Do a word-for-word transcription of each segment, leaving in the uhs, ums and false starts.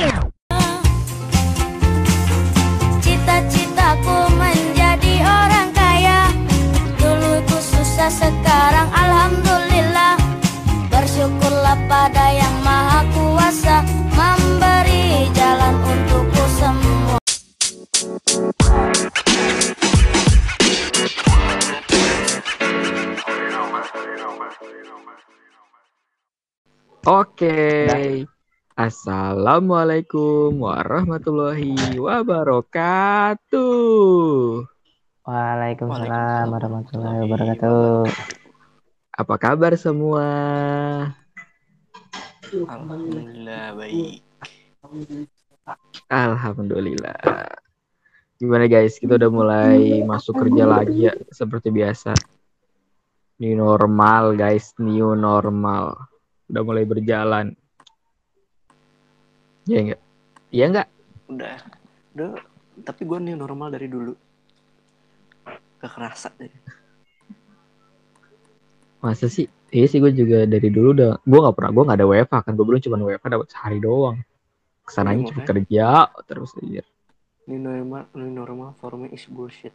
Cita-citaku menjadi orang kaya. Dulu ku susah, sekarang alhamdulillah. Bersyukurlah pada yang maha kuasa, memberi jalan untukku semua. Oke, assalamualaikum warahmatullahi wabarakatuh. Waalaikumsalam warahmatullahi wabarakatuh. Apa kabar semua? Alhamdulillah baik. Alhamdulillah. Gimana guys? Kita udah mulai masuk kerja lagi ya, seperti biasa. New normal guys, new normal. Udah mulai berjalan. Iya enggak? Iya enggak? Udah, udah. Tapi gue nih normal dari dulu. Gak kerasa deh. Masa sih? Iya sih, gue juga dari dulu udah. Gue nggak pernah, gue nggak ada W F H kan. Gue belum cuma W F H dapat sehari doang. Kesananya Iya, cuma makanya. kerja terus aja. Ini normal, ini normal for me is bullshit.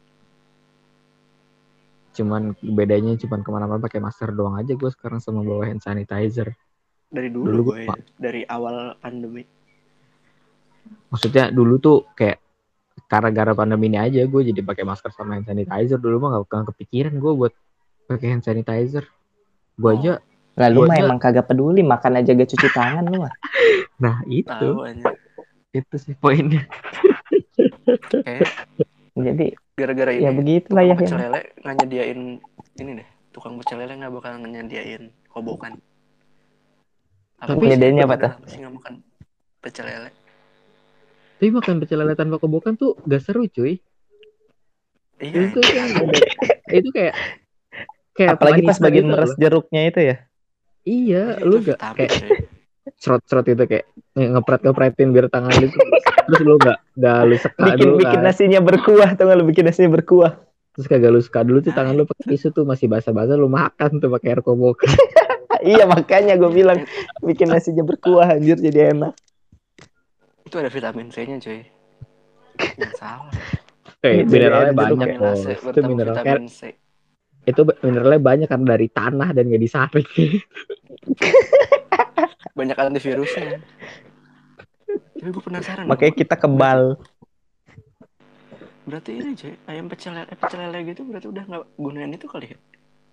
Cuman bedanya cuman kemana-mana pakai masker doang aja gue sekarang sama bawa hand sanitizer. Dari dulu, Dulu gue gua- ya. Dari awal pandemi. Maksudnya dulu tuh kayak gara-gara pandemi ini aja gue jadi pakai masker sama hand sanitizer. Dulu mah gak, gak kepikiran gue buat pakai hand sanitizer. Gue Oh, aja. Lalu Gua mah aja- emang kagak peduli, makan aja gak cuci tangan lu mah. Nah itu, tahu aja. itu sih poinnya. Kayak Jadi gara-gara ini ya begitulah tukang ya. pecel ya. lele nggak nyediain ini deh. Tukang pecel lele nggak bakal nyediain kobokan. Tapi nyediainnya apa tuh? Kenapa sih nggak makan pecel lele? Tapi makan pecel lele tanpa kobokan tuh gak seru cuy. Iya. Itu kan ada, itu kayak kayak Apalagi pas manisan bagian itu meres loh. jeruknya itu ya. Iya, Itu lu gak vitamin, kayak cuy. serot-serot itu kayak ngepret-ngepretin biar tangan lu tuh. Terus lu gak, gak lu seka Bikin dulu bikin kan. nasinya berkuah, tuh nggak lu bikin nasinya berkuah. Terus kagak lu seka dulu tuh Nah, tangan lu pakai tisu tuh masih basah-basah, lu makan tuh pakai air kobokan. Iya makanya gue bilang bikin nasinya berkuah anjir jadi enak. Itu ada vitamin C-nya, cuy. Yang salah. Eh, Jadi mineralnya air jeruk banyak ya. bos. Amilase Itu bertemu mineral vitamin C. itu mineralnya banyak karena dari tanah dan gak disaring. Banyak antivirusnya. Tapi gue penasaran. Makanya nih, kita kebal. Berarti ini, cuy, ayam pecel lele, eh, pecel lele gitu berarti udah nggak gunain itu kali ya?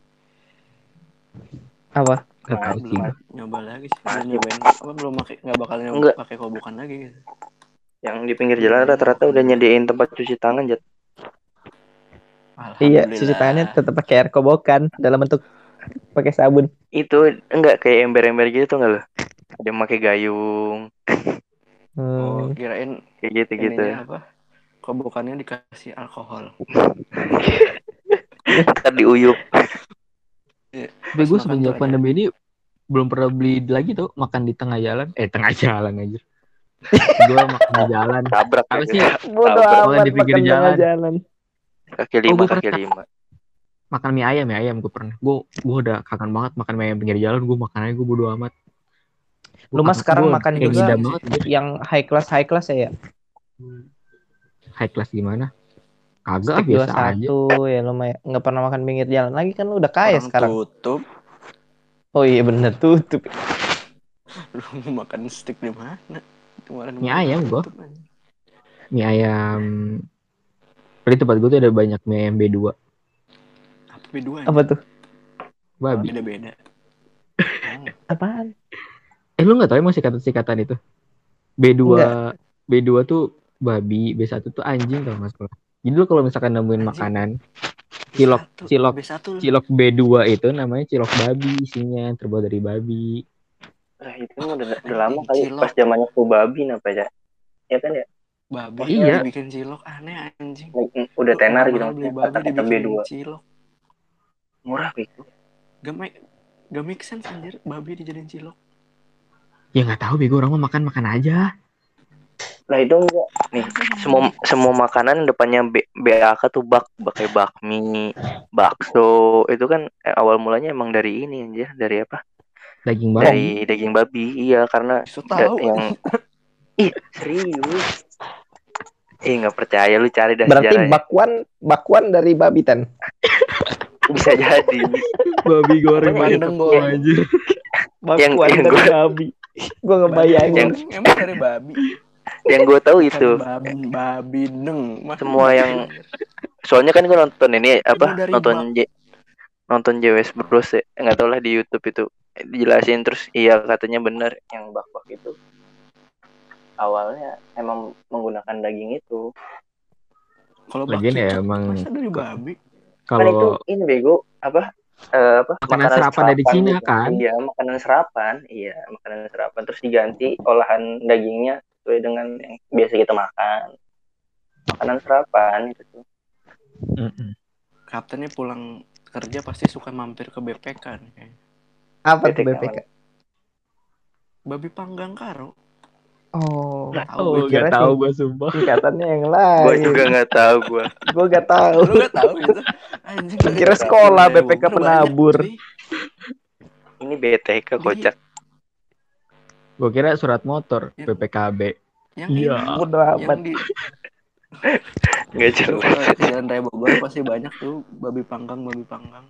Apa? Gak tahu sih. Belum nyoba lagi sih. Belum nyobain apa belum pakai nggak bakal nyoba Enggak. pakai kobokan lagi gitu. Yang di pinggir jalan rata-rata udah nyediain tempat cuci tangan, Jat. Iya, Alhamdulillah. cuci tangannya tetap pakai air kobokan dalam bentuk pakai sabun. Itu enggak kayak ember-ember gitu tuh enggak lo? Ada yang pakai gayung, Oh, Hmm. kirain kayak gitu-gitu. ininya apa? Kobokannya dikasih alkohol. Ntar diuyup. Tapi gue semenjak pandemi ini belum pernah beli lagi tuh makan di tengah jalan. Eh tengah jalan aja. Gue makan di jalan. Tabrak Apa ya, sih? Bodoh Makan amat di pinggir makan tengah jalan. jalan. Kaki Oh, lima, gua kaki pernah. lima. Makan mie ayam ya ayam gue pernah. Gue gue udah kangen banget makan mie ayam pinggir jalan. Gue makan aja gue bodo amat. Lu mah sekarang makan kayak juga ngidam banget, anjir. yang high class high class ya. ya? High class gimana? Kagak Steak biasa aja. dua puluh satu ya lu mah nggak pernah makan pinggir jalan lagi kan lu udah kaya Orang sekarang. tutup. Oh iya bener tutup. Lu mau makan steak di mana? Kemarin Mie ayam gua. tutup aja. Mie ayam. Di tempat gue tuh ada banyak mie ayam B dua. Apa B dua? Apa tuh? Babi. Beda-beda. Oh. Apaan? Eh lu gak tau emang singkatan-singkatan itu? B dua B dua tuh babi, B satu tuh anjing kalau nggak salah. Jadi lu kalau misalkan nemuin Anjing. makanan cilok B satu, cilok B satu. cilok B dua itu namanya cilok babi, isinya terbuat dari babi. Nah, itu mah udah, udah Anjing, lama kali cilok. pas zamannya babi apa ya? Ya kan ya? Babi Iya. dibikin cilok aneh anjing. Udah tenar gitu Mahal beli maksudnya. babi Kata-kata B dibikin dua. cilok. Murah gitu. Gak make gak make sense anjir babi dijadiin cilok. Ya nggak tahu bego, orang mah makan makan aja. Lah itu enggak. Nih, semua semua makanan depannya B, BAK tuh bak, pakai bakmi, bakso. Itu kan eh, awal mulanya emang dari ini aja, dari apa? Daging babi. Dari daging babi. Iya, karena Bisa da- tahu. yang Ih, serius. Eh, nggak percaya, lu cari dah Berarti sejarahnya. bakwan bakwan dari babi Ten. Bisa jadi. Babi goreng Pokoknya pakai bandeng tepung goreng. aja. Bakwan yang dari gua- babi. Gue ngebayangin. Bandeng goreng emang dari babi. Yang gue tahu Bukan itu. babi, babi neng. Masa Semua babi yang- neng? Soalnya kan gue nonton ini apa? Emang dari Nonton bak- J nonton J W S Bros ya. Nggak tahu lah di YouTube itu. Dijelasin terus iya katanya benar yang bak-bak itu. Awalnya emang menggunakan daging itu. Kalau Lagian bakso ya emang masa dari babi? Kan itu kalau ini bego apa? Eh, apa? Makanan serapan dari Cina, kan? Iya, makanan serapan. Iya, makanan serapan terus diganti olahan dagingnya sesuai dengan yang biasa kita makan. Makanan serapan gitu. Mm-mm. Kaptennya pulang kerja pasti suka mampir ke B P K nih kayaknya. Apa tuh B P K B P K? mana? Babi panggang karo. Oh, Tahu Oh, gue kira nggak tahu sih. gue sumpah. Singkatannya yang Gue lain. juga nggak tahu gue. Gue gak tahu. Lu gak tahu gitu? Anjing. Gue kira sekolah B P K penabur. Ini B T K kocak. Gue kira surat motor Ya. B P K B. Yang Iya. ini, Bodo yang amat. di Nggak Lu jelas. ke Jalan Raya Bogor pasti banyak tuh babi panggang, babi panggang.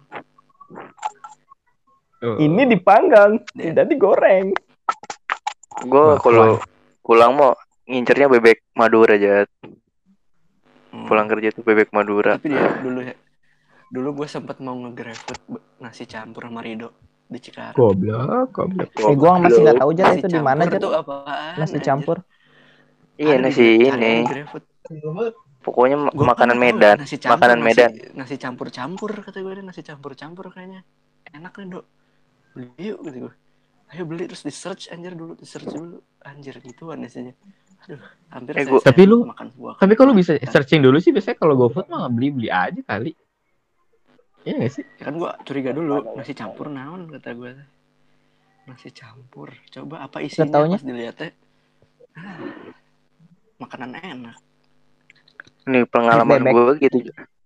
Oh. Ini dipanggang, Ya. tidak digoreng. Gue Wah, kalau pulang mau ngincernya bebek Madura aja. Hmm. Pulang kerja tuh bebek Madura. Tapi dia dulu ya, dulu gue sempet mau nge-grab food nasi campur sama Rido di Cikarang. Goblok, goblok. Eh, gue masih nggak tahu Jat Nasi itu di mana campur Jat. tuh apaan, Nasi anjir? campur. Iya Ada nasi di- cari ini. aja GrabFood. Pokoknya ma- Gua makanan kan nggak tahu Medan. ya, nasi campur, Makanan nasi- Medan. Nasi campur-campur kata gue deh, nasi campur-campur kayaknya. Enak nih, Dok. Beli yuk gitu gue. Ayo beli terus di search anjir dulu, di search dulu. Anjir gituan isinya. Aduh, hampir Eh, saya, gua- saya Tapi lu- makan sebuah. Tapi kalau bisa kan. searching dulu sih biasanya kalau GoFood mah beli-beli aja kali. Iya gak sih? Ya kan gue curiga dulu, nasi campur naon kata gue. Nasi campur. Coba apa isinya taunya? pas dilihatnya. Ah, makanan enak. Ini pengalaman Bebek. gue gitu.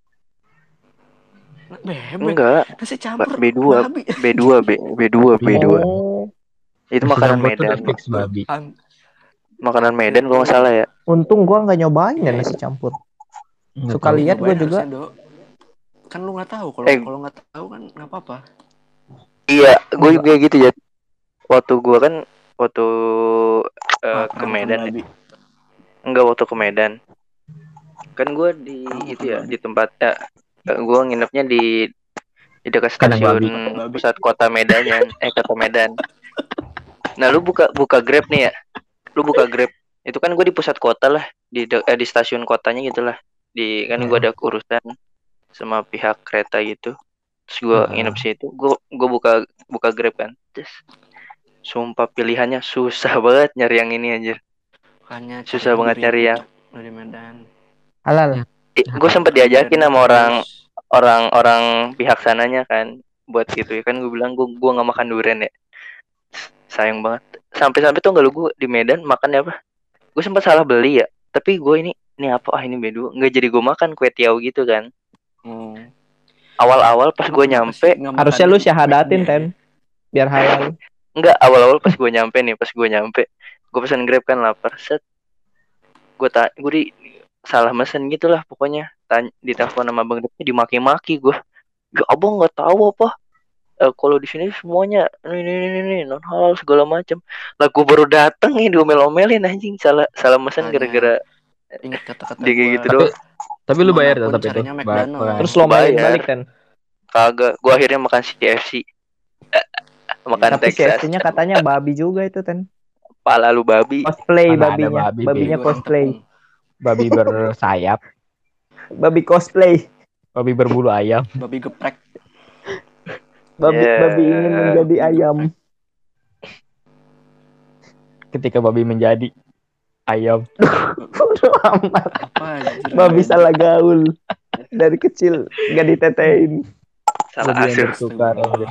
Nah, bebek. Enggak. Nasi campur B dua. babi. B dua, B, B2, B2. Oh, Itu Nasi makanan campur tuh Medan. udah fix babi. Ham- Makanan Medan kalau nggak salah ya. untung gue nggak nyobain ya nasi campur. Nggak Suka tahu. lihat gue Cobain juga. harusnya, Dok. Kan lu nggak tahu kalau Eh. kalau nggak tahu kan nggak apa-apa. Iya, gue juga gitu ya. Waktu gue kan waktu eh, Makan ke Medan, ya. babi. Enggak waktu ke Medan. Kan gue di Oh, itu makan ya babi. di tempat ya, gue nginepnya di di dekat Kandang stasiun babi. Babi. pusat kota Medannya, eh kota Medan. Nah lu buka buka Grab nih ya, lu buka Grab. Itu kan gue di pusat kota lah, di de- eh, di stasiun kotanya gitulah. Di kan gue ada urusan sama pihak kereta gitu. Terus gue Hmm. nginep situ, gue gue buka buka Grab kan. Terus sumpah pilihannya susah banget nyari yang ini anjir. Makanya Susah cari banget duri nyari itu yang dari Medan. Halal. gue sempet diajakin Dan sama orang terus, orang-orang pihak sananya kan buat gitu ya kan gue bilang gue gue nggak makan durian ya, sayang banget. Sampai-sampai tuh nggak lu gue di Medan makannya apa, gue sempat salah beli ya, tapi gue ini ini apa ah ini B dua nggak jadi gue makan kue tiaw gitu kan. oh. Awal-awal pas gue Emang kenapa nyampe sih nggak makan Harusnya lu di syahadatin Medan? Ten, biar halal. enggak awal-awal pas gue nyampe nih pas gue nyampe gue pesan Grab kan lapar set gue tak gue di salah mesen gitulah pokoknya tanya di telepon sama bang Grabnya dimaki-maki gue, ya abang nggak tahu apa eh, kalau di sini semuanya ini ini ini, ini non halal segala macam lah. Gue baru dateng nih diomel-omelin anjing salah salah mesen Makanya. gara-gara Ingat kata-kata dia kayak gua. gitu Tapi doang. tapi lu bayar Kemanapun tetap itu. carinya Ba- McDonald's. makan. Terus lo main Bayar. balik Ten. Kagak, gue akhirnya makan C F C. Makan Tapi Texas. C F C-nya katanya babi juga itu Ten. Pala lu babi. Cosplay Mana ada babinya. babi, Babinya Goreng cosplay. tepung. babi bersayap, Babi cosplay. babi berbulu ayam. Babi geprek. Babi Yeah. babi ingin menjadi ayam. Ketika babi menjadi ayam. Bodo amat. Apa anjir? Babi salah gaul. Dari kecil gak ditetein. Salah Babi yang asuh. bertukar. anjir.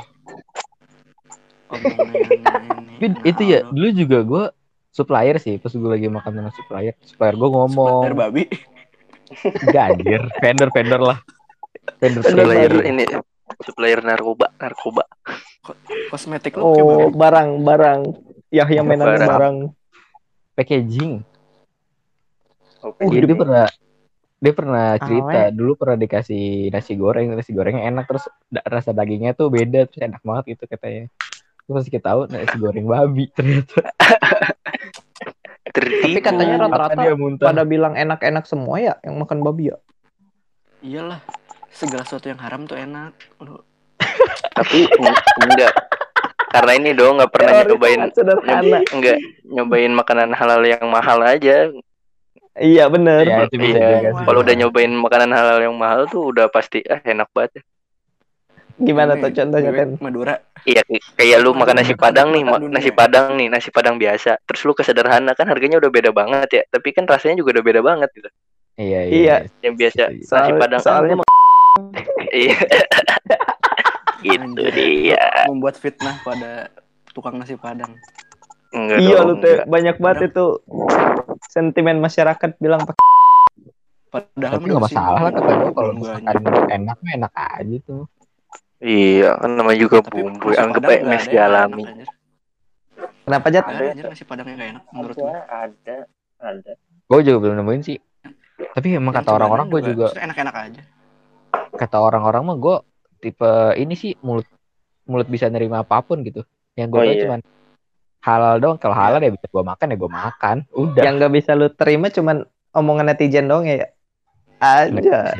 Tapi Tapi itu ya dulu juga gue supplier sih pas gue lagi makan sama supplier. Supplier gue ngomong. Supplier babi. Enggak anjir, vendor vendor lah. Vendor Supplier supplier. ini supplier narkoba, narkoba. Kosmetik lu kayak babi. Oh, barang-barang. Yahya mainannya Barang. barang. Packaging. Oke. Dia, dia pernah dia pernah cerita Ale. dulu pernah dikasih nasi goreng, nasi gorengnya enak terus da- rasa dagingnya tuh beda terus enak banget gitu katanya. Terus kita tahu nasi goreng babi ternyata. Tapi Tertipu. katanya Apa rata-rata dia muntah? pada bilang enak-enak semua ya yang makan babi ya. Iyalah, segala sesuatu yang haram tuh enak. Lu- Tapi en- enggak. Karena ini dong nggak pernah Teori nyobain sangat sederhana. nyob- enggak nyobain makanan halal yang mahal aja. Iya bener. Ya itu bisa Iya, juga sih. kalau udah nyobain makanan halal yang mahal tuh udah pasti ah enak banget. Gimana Ini tuh contohnya bebek Ten? Ya. Madura. Iya, kayak kayak lu makan nasi Madura padang nih, kenikmatan ma- dunia. nasi padang nih, nasi padang biasa. Terus lu kesederhana kan harganya udah beda banget ya, tapi kan rasanya juga udah beda banget gitu. Iya iya. Iya. Yang biasa Setuju. nasi Soal- padang soalnya ah, iya. Itu Anjir, dia. lu membuat fitnah pada tukang nasi padang. Enggak iya dong, lu tuh enggak. banyak banget itu sentimen masyarakat bilang pakai Padahal Tapi nggak menurut masalah lah simpel, kata gue kalau belum misalkan banyak. enak mah enak aja tuh. Iya, kan namanya juga Tapi bumbu. nasi Anggap padang aja nggak M S ada G yang nggak alami. enak, anjir. kenapa Jat? Nggak ada anjir nasi padang yang nggak enak menurut gue. ada, ada. Gue juga belum nemuin sih. Tapi emang Yang kata orang-orang gue Cibanan juga maksudnya enak-enak aja. kata orang-orang mah gue tipe ini sih mulut mulut bisa nerima apapun gitu. Yang gue Oh, tahu iya. cuman halal doang. Kalau halal Iya. ya bisa gue makan ya gue makan. Udah. Yang gak bisa lu terima cuman omongan netizen doang ya. Aja.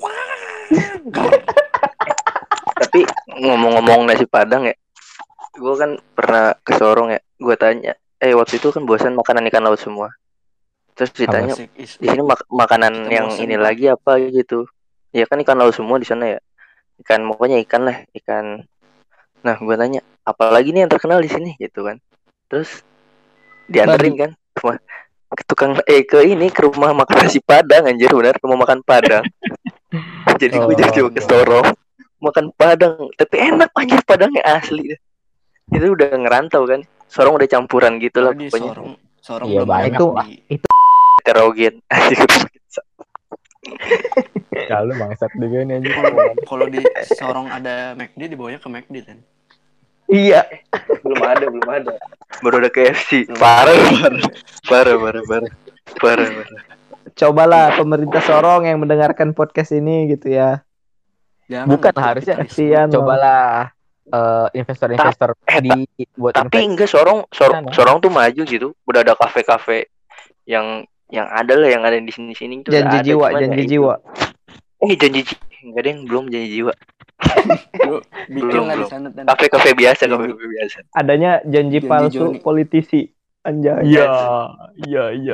Tapi ngomong-ngomong nasi padang ya, gue kan pernah ke Sorong ya. Gue tanya, eh waktu itu kan bosan makanan ikan laut semua. Terus ditanya, Asik, is- di sini mak- makanan Kita yang bosen, ini Pak. lagi apa gitu? Ya kan ikan laut semua di sana ya. Ikan pokoknya ikan lah, ikan. Nah, gue tanya, apalagi nih yang terkenal di sini gitu kan. Terus dianterin kan rumah ke tukang eh ke ini ke rumah makan nasi Padang anjir benar rumah makan Padang. Jadi gue Oh, jauh-jauh ke Sorong makan Padang, tapi enak anjir Padangnya asli. Itu udah ngerantau kan. Sorong udah campuran gitu lah Kalau di pokoknya. Sorong, Sorong Iya, belum ada banyak tuh. McD. Heterogen. Kalau bangsat juga nih anjing. Kalau kalau di Sorong ada McD, dibawanya ke McD kan. Iya. belum ada, belum ada. Baru ada K F C. Parah, parah. Parah, parah, parah. Parah, parah. Cobalah pemerintah Sorong yang mendengarkan podcast ini gitu ya. Jangan Bukan lah, harusnya kapitalisme. Kasian loh. cobalah eh, investor-investor eh, di buat Tapi invest. enggak Sorong, Sor- Sana. Sorong tuh maju gitu. Udah ada kafe-kafe yang yang ada lah yang ada di sini-sini itu udah Janji ada. jiwa, Cuman ya janji itu. jiwa. Eh janji jiwa. Enggak ada yang belum janji jiwa. Lu bikin Belum, lah di belum. sana dan Kafe-kafe biasa, Janji. kafe-kafe biasa. Adanya janji, Janji palsu Joni. politisi. Anjay. Iya, iya, iya.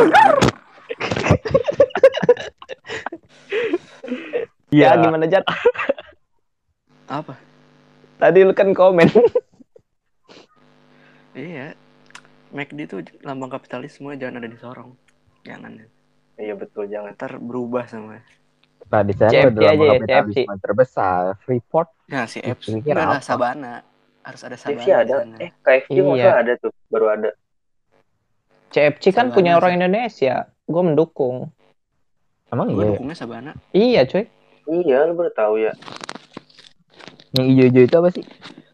Ya gimana Jat? apa? Tadi lu kan komen. Iya. McD itu lambang kapitalisme, jangan ada di Sorong. Jangan. Iya betul, jangan. Ntar berubah sama. Nah, di sana C F C adalah aja ya, kapitalisme terbesar. Freeport. Nah, si F Pikir enggak lah apa? Sabana. Harus ada K F Sabana C di ada. sana. Eh K F C Iya. masa ada tuh, baru ada. C F C kan Sabana punya orang sih. Indonesia. Gue mendukung. Emang Gue iya. dukungnya Sabana. Iya cuy. Iya, lu baru tahu ya. Yang hijau-hijau itu apa sih?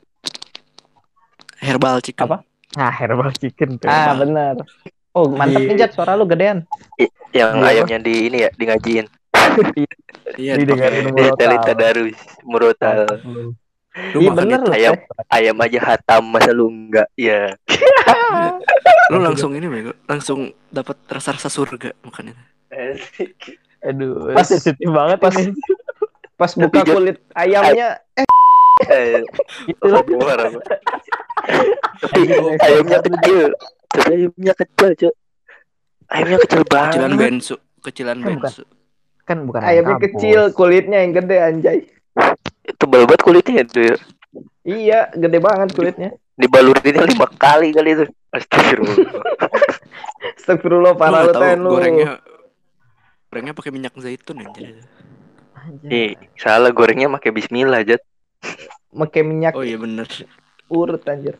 Herbal chicken. Apa? Nah, herbal chicken tuh. Ah Herbal. benar. Oh mantap nih Jat, suara lu gedean. I- yang Iya. ayamnya di ini ya, di ngajiin. Iya, Didengarin dipakai. murotal. Teli tadarus, murotal. Lu Iya makan bener itu. loh. Ayam Teh. ayam aja hatam masa lu enggak? Ya. Lu langsung ini bego, langsung dapat rasa-rasa surga makan itu. Aduh, Pas- sensitif banget pas- ini. Pas buka Jat- kulit ayamnya, eh Eh, Itu parah, parah. Tapi ayamnya kecil. Tapi ayamnya kecil, Cuk. Ayamnya kecil Kecilan banget. bensu, kecilan Kan bukan. bensu. kan bukan ayam ayamnya kampus. kecil, kulitnya yang gede anjay. Tebal banget kulitnya itu ya. Iya, gede banget kulitnya. Dibalurinnya lima kali kali itu. Astagfirullah. Astagfirullah Lu parah nggak lu tahu Ten lu. gorengnya gorengnya pakai minyak zaitun anjir. Eh, salah gorengnya pakai bismillah, Jat. Pakai minyak Oh iya bener. urut anjir.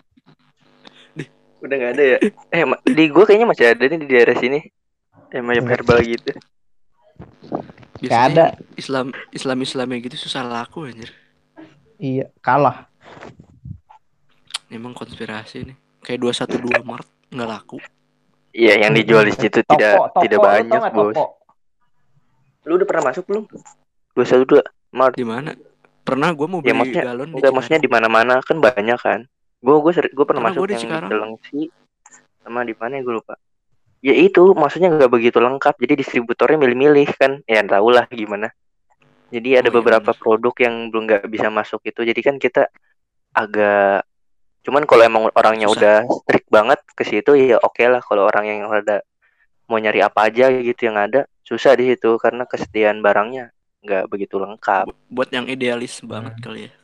Udah enggak ada ya? Eh, ma- di gua kayaknya masih ada nih di daerah sini. Yang ayam herbal gitu. Gak ada. Biasanya Islam Islam Islamnya gitu susah laku anjir. Iya, kalah. Emang konspirasi nih. Kayak dua satu dua Maret nggak laku. Iya, yang dijual di situ Toko, tidak toko, tidak lu tau banyak, nggak Bos. toko? Lu udah pernah masuk belum? dua satu dua Mart. Di mana? Pernah gue mau Ya beli maksudnya galon di enggak maksudnya di Cikarang. mana-mana kan banyak kan. Gue gue gue pernah Karena masuk gue di yang di Cikarang. Cilengsi sama di mana ya gue lupa. Ya itu maksudnya nggak begitu lengkap. Jadi distributornya milih-milih kan. Ya tau lah gimana. Jadi ada Oh, iya beberapa bener. produk yang belum nggak bisa masuk itu. Jadi kan kita agak cuman kalau emang orangnya Susah. udah strict banget ke situ ya oke lah. Kalau orang yang rada mau nyari apa aja gitu yang ada susah di situ karena kesediaan barangnya nggak begitu lengkap. Bu- buat yang idealis banget kali ya.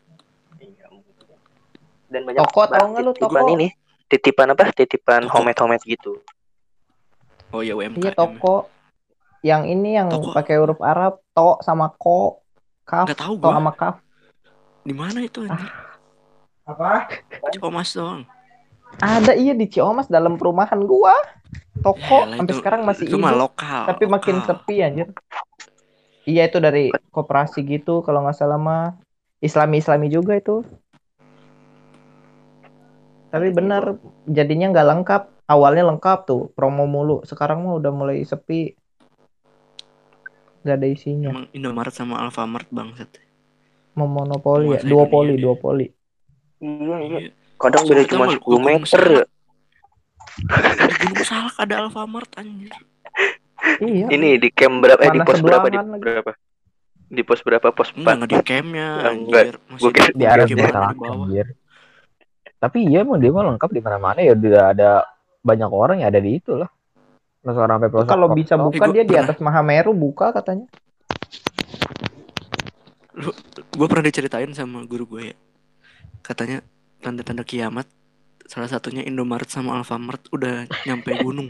Dan banyak Toko tau barang nggak lu titipan toko? ini titipan apa titipan Toko. homemade homemade gitu. Oh iya U M K M. Iya toko. Yang ini yang Toko. pakai huruf Arab, to sama ko, kaf, Nggak tahu to gua. sama kaf. Di mana itu anjir? Apa? Ciomas doang. Ada iya di Ciomas dalam perumahan gua. Toko Yalah, sampai itu- sekarang masih itu mah hidup, lokal. tapi makin lokal. sepi anjir. Iya itu dari koperasi gitu kalau nggak salah mah. Islami-islami juga itu. Tapi benar jadinya nggak lengkap. Awalnya lengkap tuh, promo mulu. Sekarang mah udah mulai sepi. Nggak ada isinya. Emang Indomaret sama Alfamart bangsat. Memonopoli ya, Menguasai duopoli, dunia dia. duopoli. Iya iya. Iya. Kadang beda Sampai cuma tahu nggak, sepuluh ke Gunung meter ya. Di Gunung Salak ada Alfamart anjir. Iya. Ini di camp berapa? Eh di Mana pos berapa? Di sebelahan lagi. berapa? Di pos berapa? Pos Enggak empat. enggak di campnya Ya, enggak. anjir. Masih Gua kira- Di arah Gimana gimana Salak di bawah. anjir. Tapi iya emang dia mah lengkap di mana-mana ya udah ada banyak orang ya ada di itu lah. Masuk orang sampai pelosok. Kalau bisa pelosok. buka Eh, gua dia di pernah. atas Mahameru buka katanya. Lu gue pernah diceritain sama guru gue ya. Katanya tanda-tanda kiamat salah satunya Indomaret sama Alfamart udah nyampe gunung.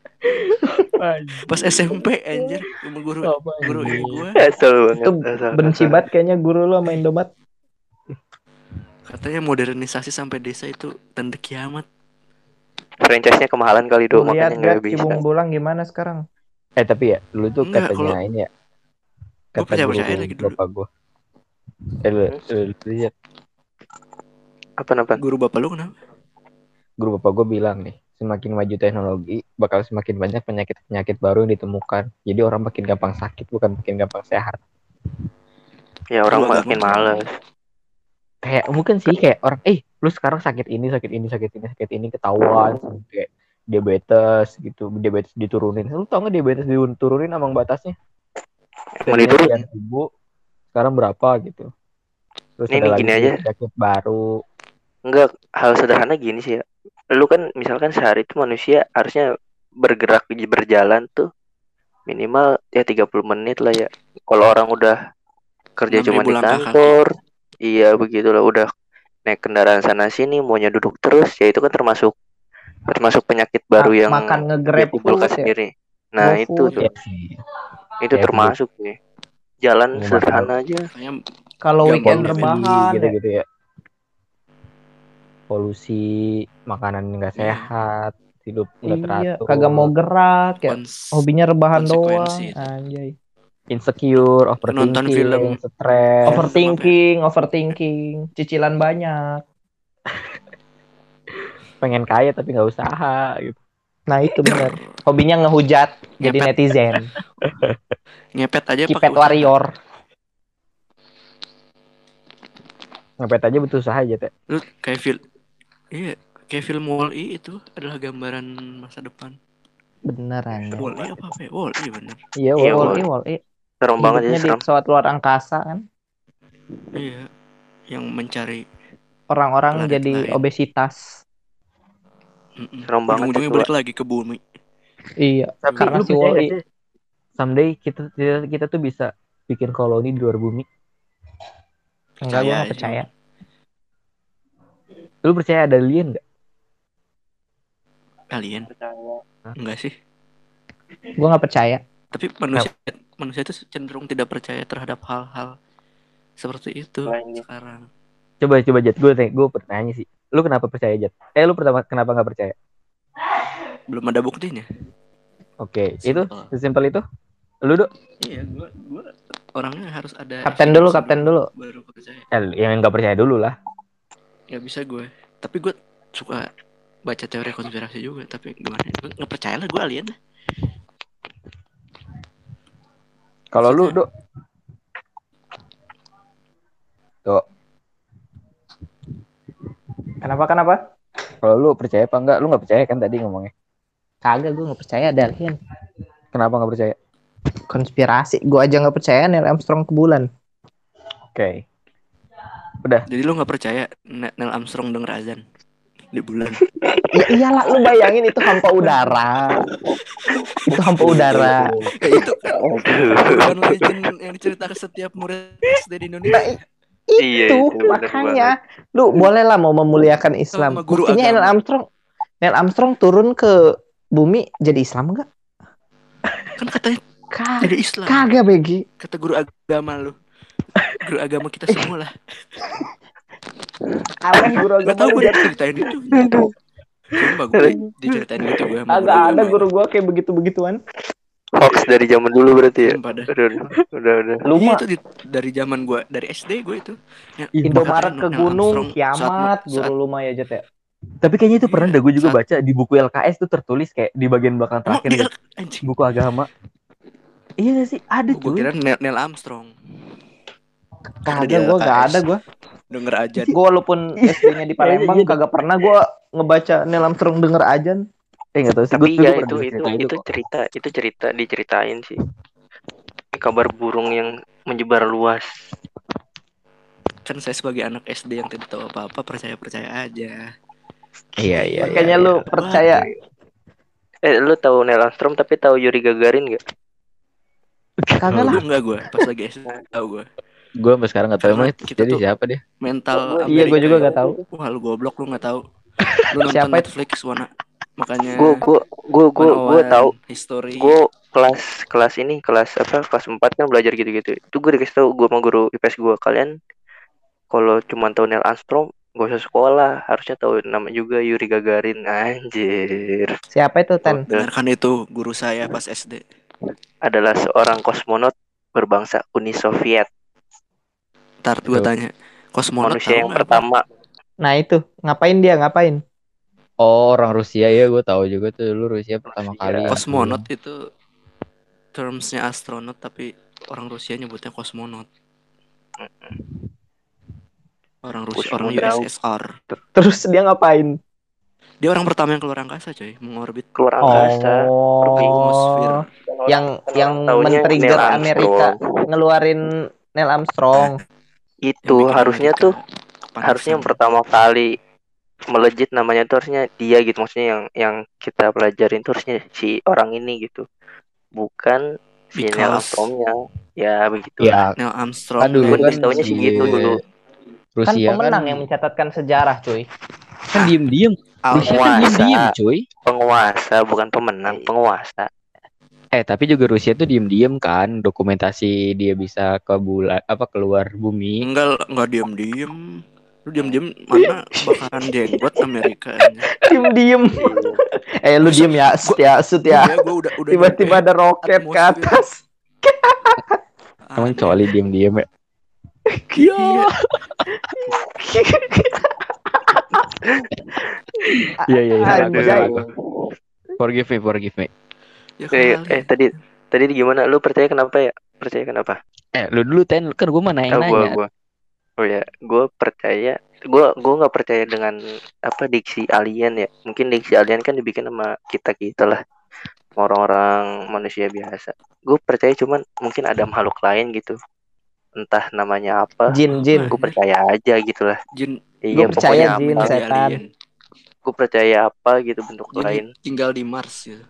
Pas S M P anjir sama guru Apa guru anjing? ini gue Asal banget. Itu asal, benci asal. banget kayaknya guru lo sama Indomaret. katanya modernisasi sampai desa itu tanda kiamat. Franchise-nya kemahalan kali Lu dong makanya lihat nggak gak bisa. Cibung Bulang gimana sekarang? Eh tapi ya dulu tuh Enggak, katanya kalau- ini ya. Gua Kata percaya-percaya guru lagi dulu. bapak gue. Eh lu, lu, lu lihat Apa apa? Guru bapak lu kenapa? guru bapak gue bilang nih, semakin maju teknologi bakal semakin banyak penyakit-penyakit baru yang ditemukan. Jadi orang makin gampang sakit bukan makin gampang sehat. Ya orang Lu makin agama. males. Kayak mungkin sih kayak orang eh lu sekarang sakit ini sakit ini sakit ini sakit ini ketahuan kayak diabetes gitu, diabetes diturunin. Lu tau nggak diabetes diturunin ambang batasnya? Mau Tadinya diturunin? sekian ribu, sekarang berapa gitu. Terus Ini ada lagi gini aja. penyakit baru. Enggak, hal sederhana gini sih ya. Lu kan misalkan sehari itu manusia harusnya bergerak berjalan tuh minimal ya tiga puluh menit lah ya. Kalau orang udah kerja enam cuma ribu di langkah kantor, iya begitulah udah naik kendaraan sana sini maunya duduk terus ya itu kan termasuk termasuk penyakit baru Ma- yang makan dia nge-grab timbulkan food ya. sendiri. Nah, GoFood. itu tuh. Iya sih. Itu Ya, termasuk nih. Jalan Ini sederhana aja. Kayaknya Kalau Gampang weekend banget. rebahan ya. gitu-gitu ya. Polusi, makanan nggak Iya. sehat, hidup nggak Iya, teratur, kagak mau gerak ya. kons- Hobinya rebahan doang. konsekuensi itu. Anjay. insecure, Nonton film. overthinking, stres, Overthinking, overthinking, cicilan banyak. pengen kaya tapi nggak usaha gitu. Nah, itu benar. Hobinya ngehujat jadi Ngepet. netizen. ngepet aja pakai Kipet usaha. warrior. Ngepet aja butuh usaha aja teh. Lu kayak film iya kayak film Wall-E itu adalah gambaran masa depan. Beneran. Wall-E apa apa ya? Wall-E bener. Iya, Iya, wall. Wall-E, Wall-E. Serem banget ya, Hidupnya di serem. pesawat luar angkasa kan. Iya yang mencari Orang-orang Planet jadi lain. obesitas. mm-mm. Serem banget ujung-ujungnya itu, balik lagi ke bumi. Iya, Tapi karena lu si percaya Wall-E. nggak sih, someday kita, kita kita tuh bisa bikin koloni di luar bumi. Enggak, gue Percaya gak aja. percaya. Lu percaya ada alien nggak? Alien enggak sih, Gue gak percaya. tapi manusia manusia itu cenderung tidak percaya terhadap hal-hal seperti itu Lainnya. sekarang. Coba coba Jat, gue gue pertanyaan sih. Lu kenapa percaya Jat? Eh lu pertama kenapa nggak percaya? Belum ada buktinya. Oke, itu Simple. sesimpel itu. Lu Dok? Iya, gua gua orangnya harus ada Kapten dulu, evidence kapten dulu. baru percaya. Eh, yang nggak percaya dulu lah. Ya bisa gue, tapi gue suka baca teori konspirasi juga, tapi gimana? Nggak percaya lah gue alien. Kalau lu, Maksudnya- Dok? Dok, Kenapa kenapa? kalau lu percaya apa enggak? Lu nggak percaya kan tadi ngomongnya? Kagak, gue nggak percaya ada alien. Kenapa nggak percaya? Konspirasi, gue aja nggak percaya Neil Armstrong ke bulan. Oke. Udah. Jadi lu nggak percaya Neil Armstrong denger azan di bulan? Ya iyalah, lu bayangin itu hampa udara. Itu hampa udara. Ya itu kan urban legend yang diceritakan setiap murid S D di Indonesia. Iya, Itu itu bener makanya lu bolehlah mau memuliakan Islam. Sama guru Buktinya Neil agama. Armstrong, Neil Armstrong turun ke bumi jadi Islam nggak? Kan katanya Kagak, jadi Islam. kagak Begi. Kata guru agama lu. Guru agama kita semua lah. Aneh guru Gak agama tau lu gue jadi. diceritain itu. Sumpah gue diceritain gitu gue sama Agak ada agama. guru gua kayak begitu-begituan. hoax dari zaman dulu berarti ya. Sumpah dah. Udah, udah, udah. Lu Iya mah itu di- dari zaman gue, dari S D gue itu. Ya, Indomaret ke Neil gunung, Armstrong kiamat, saat- guru saat- lu mah ya Jet ya. Tapi kayaknya itu pernah Iya, dah gue juga saat- baca di buku L K S tuh tertulis kayak di bagian belakang Emang terakhir dia gitu. anjing. Buku agama. Iya gak sih? Ada Gue cuy. kira Neil, Neil Armstrong. Kagak, gua gak ada gua. Denger aja. Gua walaupun S D-nya di Palembang Iya, iya. kagak pernah gua ngebaca Neil Armstrong denger ajan. Eh nggak tahu sih. Tapi Gue ya pernah itu dengar itu cerita itu kok. cerita itu cerita diceritain sih. Kabar burung yang menyebar luas. Kan saya sebagai anak S D yang tidak tahu apa-apa, percaya-percaya aja. Iya iya. Makanya iya, lu iya. percaya. Eh lu tahu Neil Armstrong tapi tahu Yuri Gagarin gak? Kagak lah. Gue enggak gue, pas lagi S D tahu gue. Gue sampai sekarang nggak tahu Karena emang kita jadi tuh- siapa dia. Mental Amerika. Iya, gua juga ya. gak tahu. Wah, lu goblok lu enggak tahu. Lu nonton Siapa itu? Netflix Wana. Makanya Gue gue gue gue gue tahu. history. Gue kelas kelas ini kelas apa kelas empat kan belajar gitu-gitu. Itu gue dikasih tahu gue sama guru I P S gue, kalian kalau cuma tahu Neil Armstrong gak usah sekolah, harusnya tahu nama juga Yuri Gagarin. Anjir. Siapa itu Ten? Dengarkan itu guru saya pas S D. Adalah seorang kosmonot berbangsa Uni Soviet, Ntar gue Tuh. tanya, kosmonot manusia tahu yang nggak apa? pertama. Nah itu, ngapain dia? Ngapain? Oh orang Rusia ya, gue tahu juga tuh dulu Rusia pertama Rusia. kali. yang Kosmonot itu termsnya astronot, tapi orang Rusia nyebutnya kosmonot. Orang Rusia, orang U Kosmonaut. S S R. Terus dia ngapain? Dia orang pertama yang keluar angkasa, coy, mengorbit Keluar angkasa. atmosfer. Oh, yang yang Taunya men-trigger Neil Amerika Armstrong. ngeluarin Neil Armstrong. Itu Yang bikin harusnya Amerika tuh kepanasan. harusnya yang pertama kali melejit namanya tuh harusnya dia gitu, maksudnya yang yang kita pelajarin tuh harusnya si orang ini gitu, bukan si Neil Because- Armstrongnya. Ya begitu. Ya Neil Armstrong kan dulu Gue dan- kan kasih taunya sih si gitu dulu. Kan Rusia pemenang kan, yang mencatatkan sejarah, cuy. kan diem-diem. Al- Rusia kan Penguasa. diem-diem cuy. Penguasa bukan pemenang, penguasa. Eh tapi juga Rusia tuh diem-diem kan dokumentasi dia bisa ke bulan apa keluar bumi. enggak enggak diam-diam. Lu diam-diam mana bakaran jenggot Amerika. Diem-diem. eh lu diem ya, Sut ya, Sut ya. Iya, gua udah udah Tiba-tiba ada roket ke atmosfer. atas. Emang coli diem-diem ya. Iya. Iya iya iya. salah gua, Anjay. salah gua. Forgive me, forgive me. Ya Eh, kali. eh tadi tadi gimana? Lu percaya kenapa ya? Percaya kenapa? Eh lu dulu Ten, kan gue mana yang Oh, gua nanya. gua. Oh ya, gue percaya. Gue gue nggak percaya dengan apa diksi alien ya. Mungkin diksi alien kan dibikin sama kita kita lah, orang-orang manusia biasa. Gue percaya cuman mungkin ada makhluk lain gitu. Entah namanya apa. Jin, jin. Gue percaya aja gitu lah. Jin Iya Gua percaya pokoknya jin, apa. jadi setan. alien. Gue percaya apa gitu bentuk Jin lain. tinggal di Mars gitu.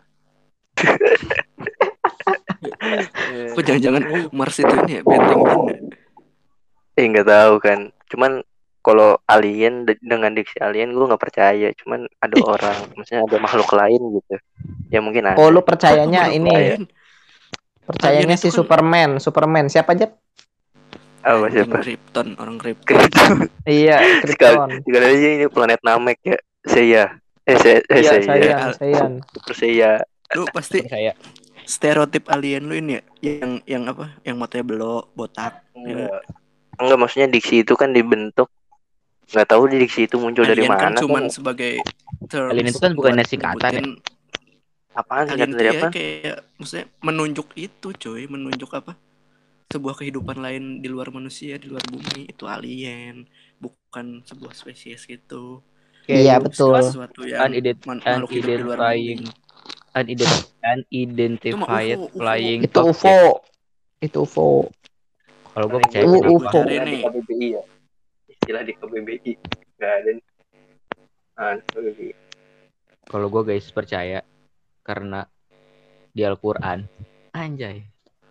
Eh, Kok jangan-jangan Mars itu ini ya benteng Jin ya? Eh nggak tahu kan. Cuman kalau alien de- dengan diksi alien gue nggak percaya. Cuman ada orang, maksudnya ada makhluk lain gitu. Ya mungkin ada. Oh, lu percayanya Makhluk ini. lain. Percayanya Alien si itu kan- Superman, Superman. Siapa aja? Oh, Anjing, siapa? Krypton, orang Krypton. Krypton. Iya, Sekali, Krypton. sekali aja ini planet Namek ya. Saya. Eh, saya, eh, Iya, saya. Saiyan, Saiyan. Saya. Lu pasti Percaya. stereotip alien lu ini ya, yang yang apa? Yang matanya belok, botak. Ya. Enggak. Enggak, maksudnya diksi itu kan dibentuk nggak tahu diksi itu muncul dari Alien kan mana. cuman Kan sebagai terms Alien itu kan bukan buat singkatan ya? nyebutin apaan sih alien kata itu dari ya apa? kayak maksudnya menunjuk itu cuy, menunjuk apa? Sebuah kehidupan lain di luar manusia, di luar bumi, itu alien, bukan sebuah spesies gitu. Iya Kayak betul. Sesuatu yang unident- man- makhluk hidup di luar unidentifying bumi. unident- Itu mah U F unidentified O, U F O. flying Itu U F O. object. Itu U F O. Kalau gue Paling percaya U- ke U gitu. F O. Cari istilah di nih. K B B I ya. Istilah di K B B I nggak ada nih. Ah, K B B I. Kalau gue guys percaya karena di Al-Quran, anjay.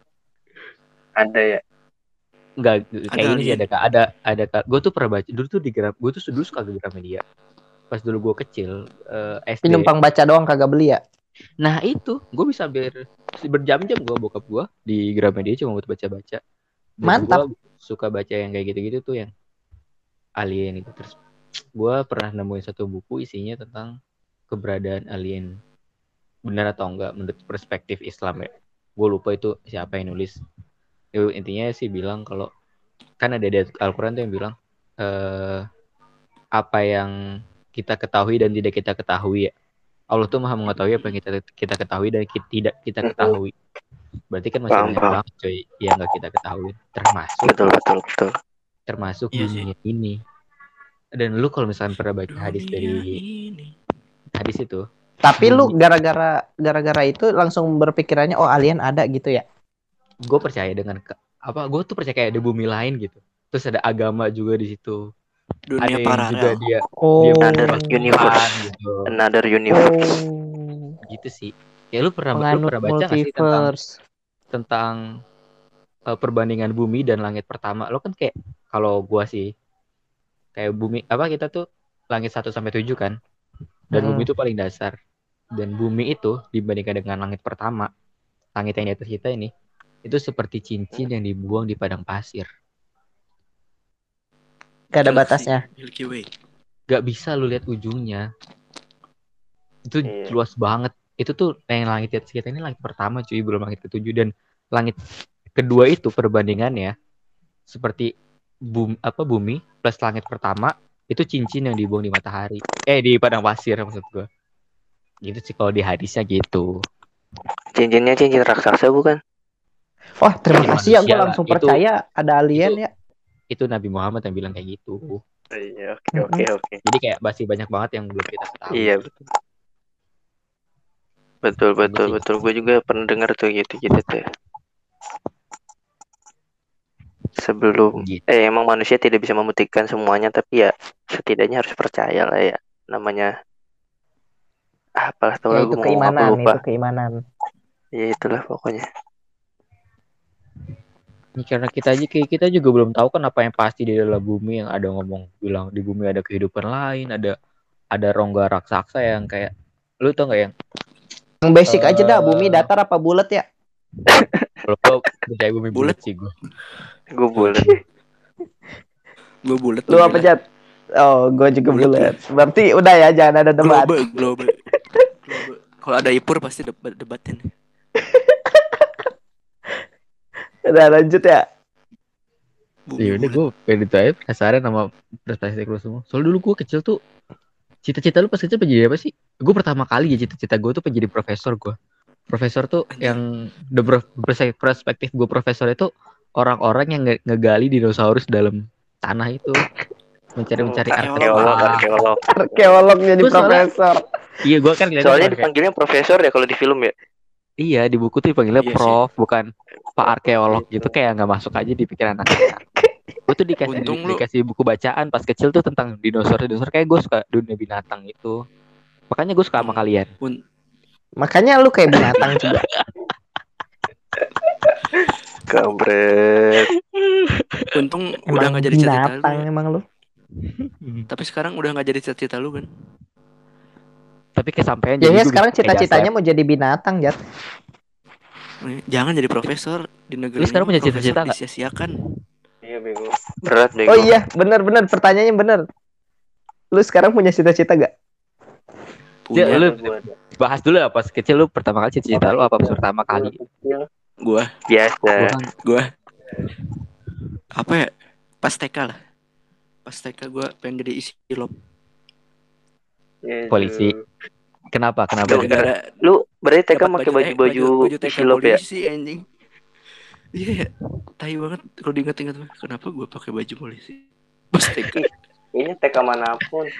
Ada ya. Enggak kayak Ada ini sih alien. ada ada ada gue tuh pernah baca dulu tuh di Gram, gue tuh dulu suka ke Gramedia. Pas dulu gue kecil eh, S D. Tapi numpang baca doang kagak beli ya. Nah itu gue bisa ber berjam-jam gue bokap gue di Gramedia cuma buat baca-baca. Dan Mantap. gue suka baca yang kayak gitu-gitu tuh yang alien itu. Terus gue pernah nemuin satu buku isinya tentang keberadaan alien. Benar atau enggak menurut perspektif Islam ya. Gue lupa itu siapa yang nulis. Itu intinya sih bilang kalau kan ada di Al-Quran tuh yang bilang eh, apa yang kita ketahui dan tidak kita ketahui ya. Allah tuh maha mengetahui apa yang kita kita ketahui dan kita, tidak kita ketahui. Berarti kan masih Paham, banyak paham. banget coy yang nggak kita ketahui. Termasuk Betul betul betul. termasuk Iya dunia ini. Dan lu kalau misalnya pernah baca hadis Dunia dari ini. hadis itu, Tapi lu Bumi. gara-gara gara-gara itu langsung berpikirannya oh alien ada gitu ya. gue percaya dengan ke, apa gue tuh percaya kayak ada bumi lain gitu. Terus ada agama juga di situ. Ada Dunia yang juga paralel. dia Oh. dia Another menyembah universe. Tuhan gitu. Another universe. Oh. Gitu sih. Ya lu pernah lu Penganut pernah baca nggak sih tentang multiverse. tentang uh, perbandingan bumi dan langit pertama? Lo kan kayak kalau gua sih kayak bumi apa kita tuh langit satu sampai tujuh kan. Dan Hmm. bumi itu paling dasar. Dan bumi itu dibandingkan dengan langit pertama, langit yang di atas kita ini, itu seperti cincin yang dibuang di padang pasir. Gak ada Galaxy batasnya. Milky Way. Gak bisa lu lihat ujungnya. Itu Iya. luas banget. Itu tuh yang langit di atas kita ini langit pertama cuy, belum langit ketujuh. Dan langit kedua itu perbandingannya seperti bumi, apa bumi plus langit pertama itu cincin yang dibuang di matahari. Eh di padang pasir maksud gua. Gitu sih kalau di hadisnya gitu. Cincinnya cincin raksasa bukan? Wah terima Cincin kasih ya gue manusia lah. langsung Itu- percaya ada alien itu- ya. Itu Nabi Muhammad yang bilang kayak gitu. Iya, oke oke oke. Jadi kayak masih banyak banget yang belum kita ketahui. Iya betul. Betul betul sih. betul. Gue juga pernah dengar tuh gitu-gitu tuh. Sebelum Gitu. eh emang manusia tidak bisa membuktikan semuanya, tapi ya setidaknya harus percaya lah ya. Namanya apalah tau Ya lah itu gue mau ngomong apa keimanan, lupa. itu keimanan. Ya itulah pokoknya. Ini karena kita aja kayak kita juga belum tahu kan apa yang pasti di dalam bumi, yang ada ngomong bilang di bumi ada kehidupan lain, ada ada rongga raksasa yang kayak lu tau nggak yang Yang basic aja dah, Eh. bumi datar apa bulat ya? kalau gua percaya bumi Bulat. bulat sih gua. Gue boleh. Gue bulat. Lu apa Jat? Oh, gue juga Bulat bulat. Berarti udah ya, jangan ada debat. Globe, globe. Globe. Kalau ada Ipur pasti debat debatin. Udah lanjut ya. Bumi Iya udah bulat. gue pengen ditanya penasaran sama prestasi lu semua. Soalnya dulu gue kecil tuh cita-cita lu pas kecil pengen jadi apa sih? Gue pertama kali ya cita-cita gue tuh pengen jadi profesor gue. Profesor tuh Anjir. yang the perspektif gue profesor itu orang-orang yang nge- ngegali dinosaurus dalam tanah itu, mencari-mencari Arkeolog, artefak. arkeolog. Arkeolog jadi Gua soalnya- profesor. Iya gue kan ngeliatnya Soalnya kayak- dipanggilnya profesor ya kalau di film ya. iya di buku tuh dipanggilnya Iya sih. prof bukan pak arkeolog gitu, kayak nggak masuk aja di pikiran anak-anak. Gue tuh dikasih di- Untung lu- dikasih buku bacaan pas kecil tuh tentang dinosaur dinosaur kayak gue suka dunia binatang itu, makanya gue suka sama kalian. Un- Makanya lu kayak binatang juga. Kampret. Untung udah Emang nggak jadi cita-cita lu. binatang ya. emang lu. Tapi sekarang udah nggak jadi cita-cita lu kan? Tapi kesampaian Ya, jadi ya gua sekarang bisa pakai cita-citanya jasa. mau jadi binatang, Jat. Jangan jadi profesor di negeri Lu sekarang ini. punya cita-cita Profesor nggak? disia-siakan. Iya bego. Berat bego. Oh iya, benar-benar pertanyaannya benar. Lu sekarang punya cita-cita gak? Ya, Punya. lu bahas dulu ya pas kecil lu pertama kali cita-cita lu apa pas pertama kali? Gua, Biasa. Gua kan gua. Apa ya? Pas T K lah. pas T K gue pengen jadi isilop. Ya, Polisi. aduh. Kenapa? Kenapa? Gara-gara- Gara-gara Lu berarti T K dapat pakai eh, baju-baju baju T K isilop ya? polisi anjing. Iya, tai banget kalau diingat-ingat mah. Kenapa gue pakai baju polisi? Pas T K. Ini T K manapun.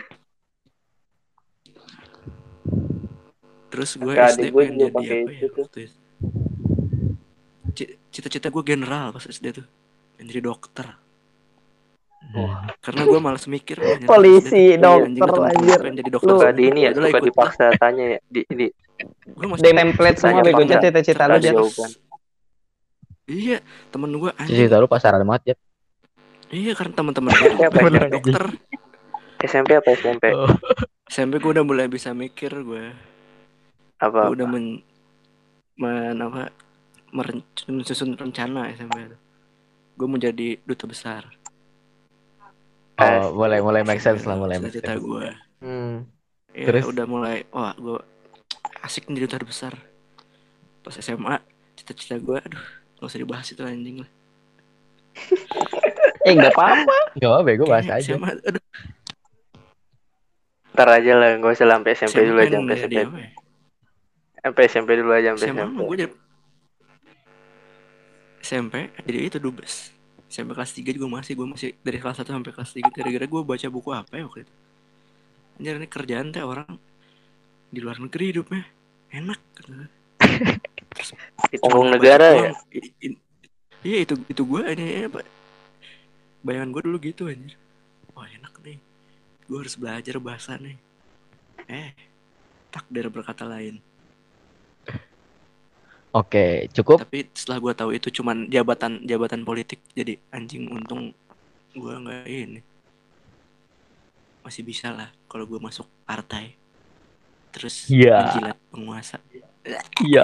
Terus gue Kakak S D adik gue pengen juga jadi pakai apa itu ya tuh. waktu itu? C- Cita-cita gue general pas S D tuh. Pengen jadi dokter. Hmm. Karena gue malas mikir. pengen jadi Polisi, S D tuh. Iya, anjing, dokter, ketemu anjir. pengen jadi dokter. Lu- Suka di ini ya, Udahlah, suka ikut. dipaksa tanya ya di di Gue masuk Di template semua Tanya bego apa cita-cita lu enggak? Jet. Jawaban. Iya, temen gue anjing. Cita-cita lu pasaran banget ya. Iya, karena teman-teman gue tuh Apa pengen ya? jadi dokter. S M P apa S M P? Oh. S M P gue udah mulai bisa mikir gue. Apa? Gue udah men, men apa merenc- menyusun rencana S M P itu. Gue mau jadi duta besar. Oh, mulai mulai make sense lah, mulai make Cita-cita sense. gue. Hmm. Ya, Terus? udah mulai, wah gue asik nih duta besar. Pas S M A, cita-cita gue, aduh, gak usah dibahas itu anjing lah. Eh enggak apa-apa. Gak apa-apa, gue bahas Kayaknya aja. S M A, aduh, Ntar aja lah, gak usah sampai S M P S M A dulu aja, pengen sampai S M P. jadi apa ya? Sampai S M P dulu aja, sampai S M A S M P. mah gue jadi S M P jadi itu dubes. S M P kelas tiga juga masih, gue masih dari kelas satu sampai kelas tiga. Gara-gara gue baca buku apa ya waktu itu. Anjir, ini kerjaan teh orang di luar negeri hidupnya enak gitu. Punggung Cuma negara baca ya? doang. I- i- Iya itu itu gue ini apa? Bayangan gue dulu gitu anjir. Wah enak nih. Gue harus belajar bahasa nih. Eh, takdir berkata lain. Oke, cukup. Tapi setelah gue tahu itu cuman jabatan jabatan politik, jadi anjing, untung gue nggak ini. Masih bisa lah kalau gue masuk partai. Terus Iya. menjilat penguasa. Iya.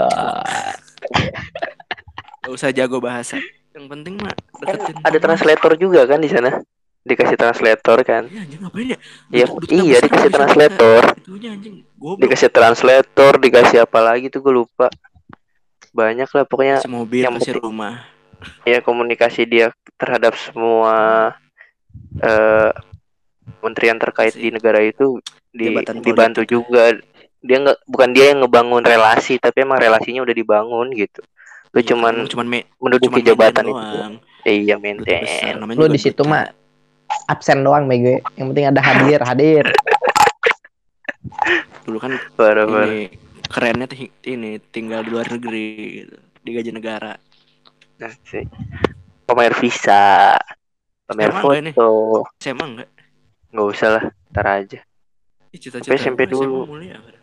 Gak usah jago bahasa. Yang penting mah Kan deketin. ada translator juga kan di sana. Dikasih translator kan. Iya anjing, ngapain ya? Iya, Duta- duta iya besar dikasih bisa translator. bahasa itunya anjing. Goblok. Dikasih translator, dikasih apa lagi tuh gue lupa. Banyak lah pokoknya. Kasih mobil, yang kasih penting- rumah. Ya komunikasi dia terhadap semua eh kementerian terkait Si- di negara itu di, Jabatan dibantu politik. juga. Dia nggak bukan dia yang ngebangun relasi, tapi emang relasinya udah dibangun gitu. Lu Iya, cuman kan, cuman me- menduduki cuman jabatan maintain itu. doang. Eh, iya Duta besar maintain. namanya Lu juga di situ duta. mah absen doang bego. Yang penting ada hadir, hadir. Dulu kan Parah parah. ini kerennya ti- ini tinggal di luar negeri gitu, digaji negara. Nah, sih. Pamer visa, pamer Emang enggak ini? foto. S M A enggak? Nggak usah lah, ntar aja. Ih, cita-cita S M P gua S M A dulu. mulia apa?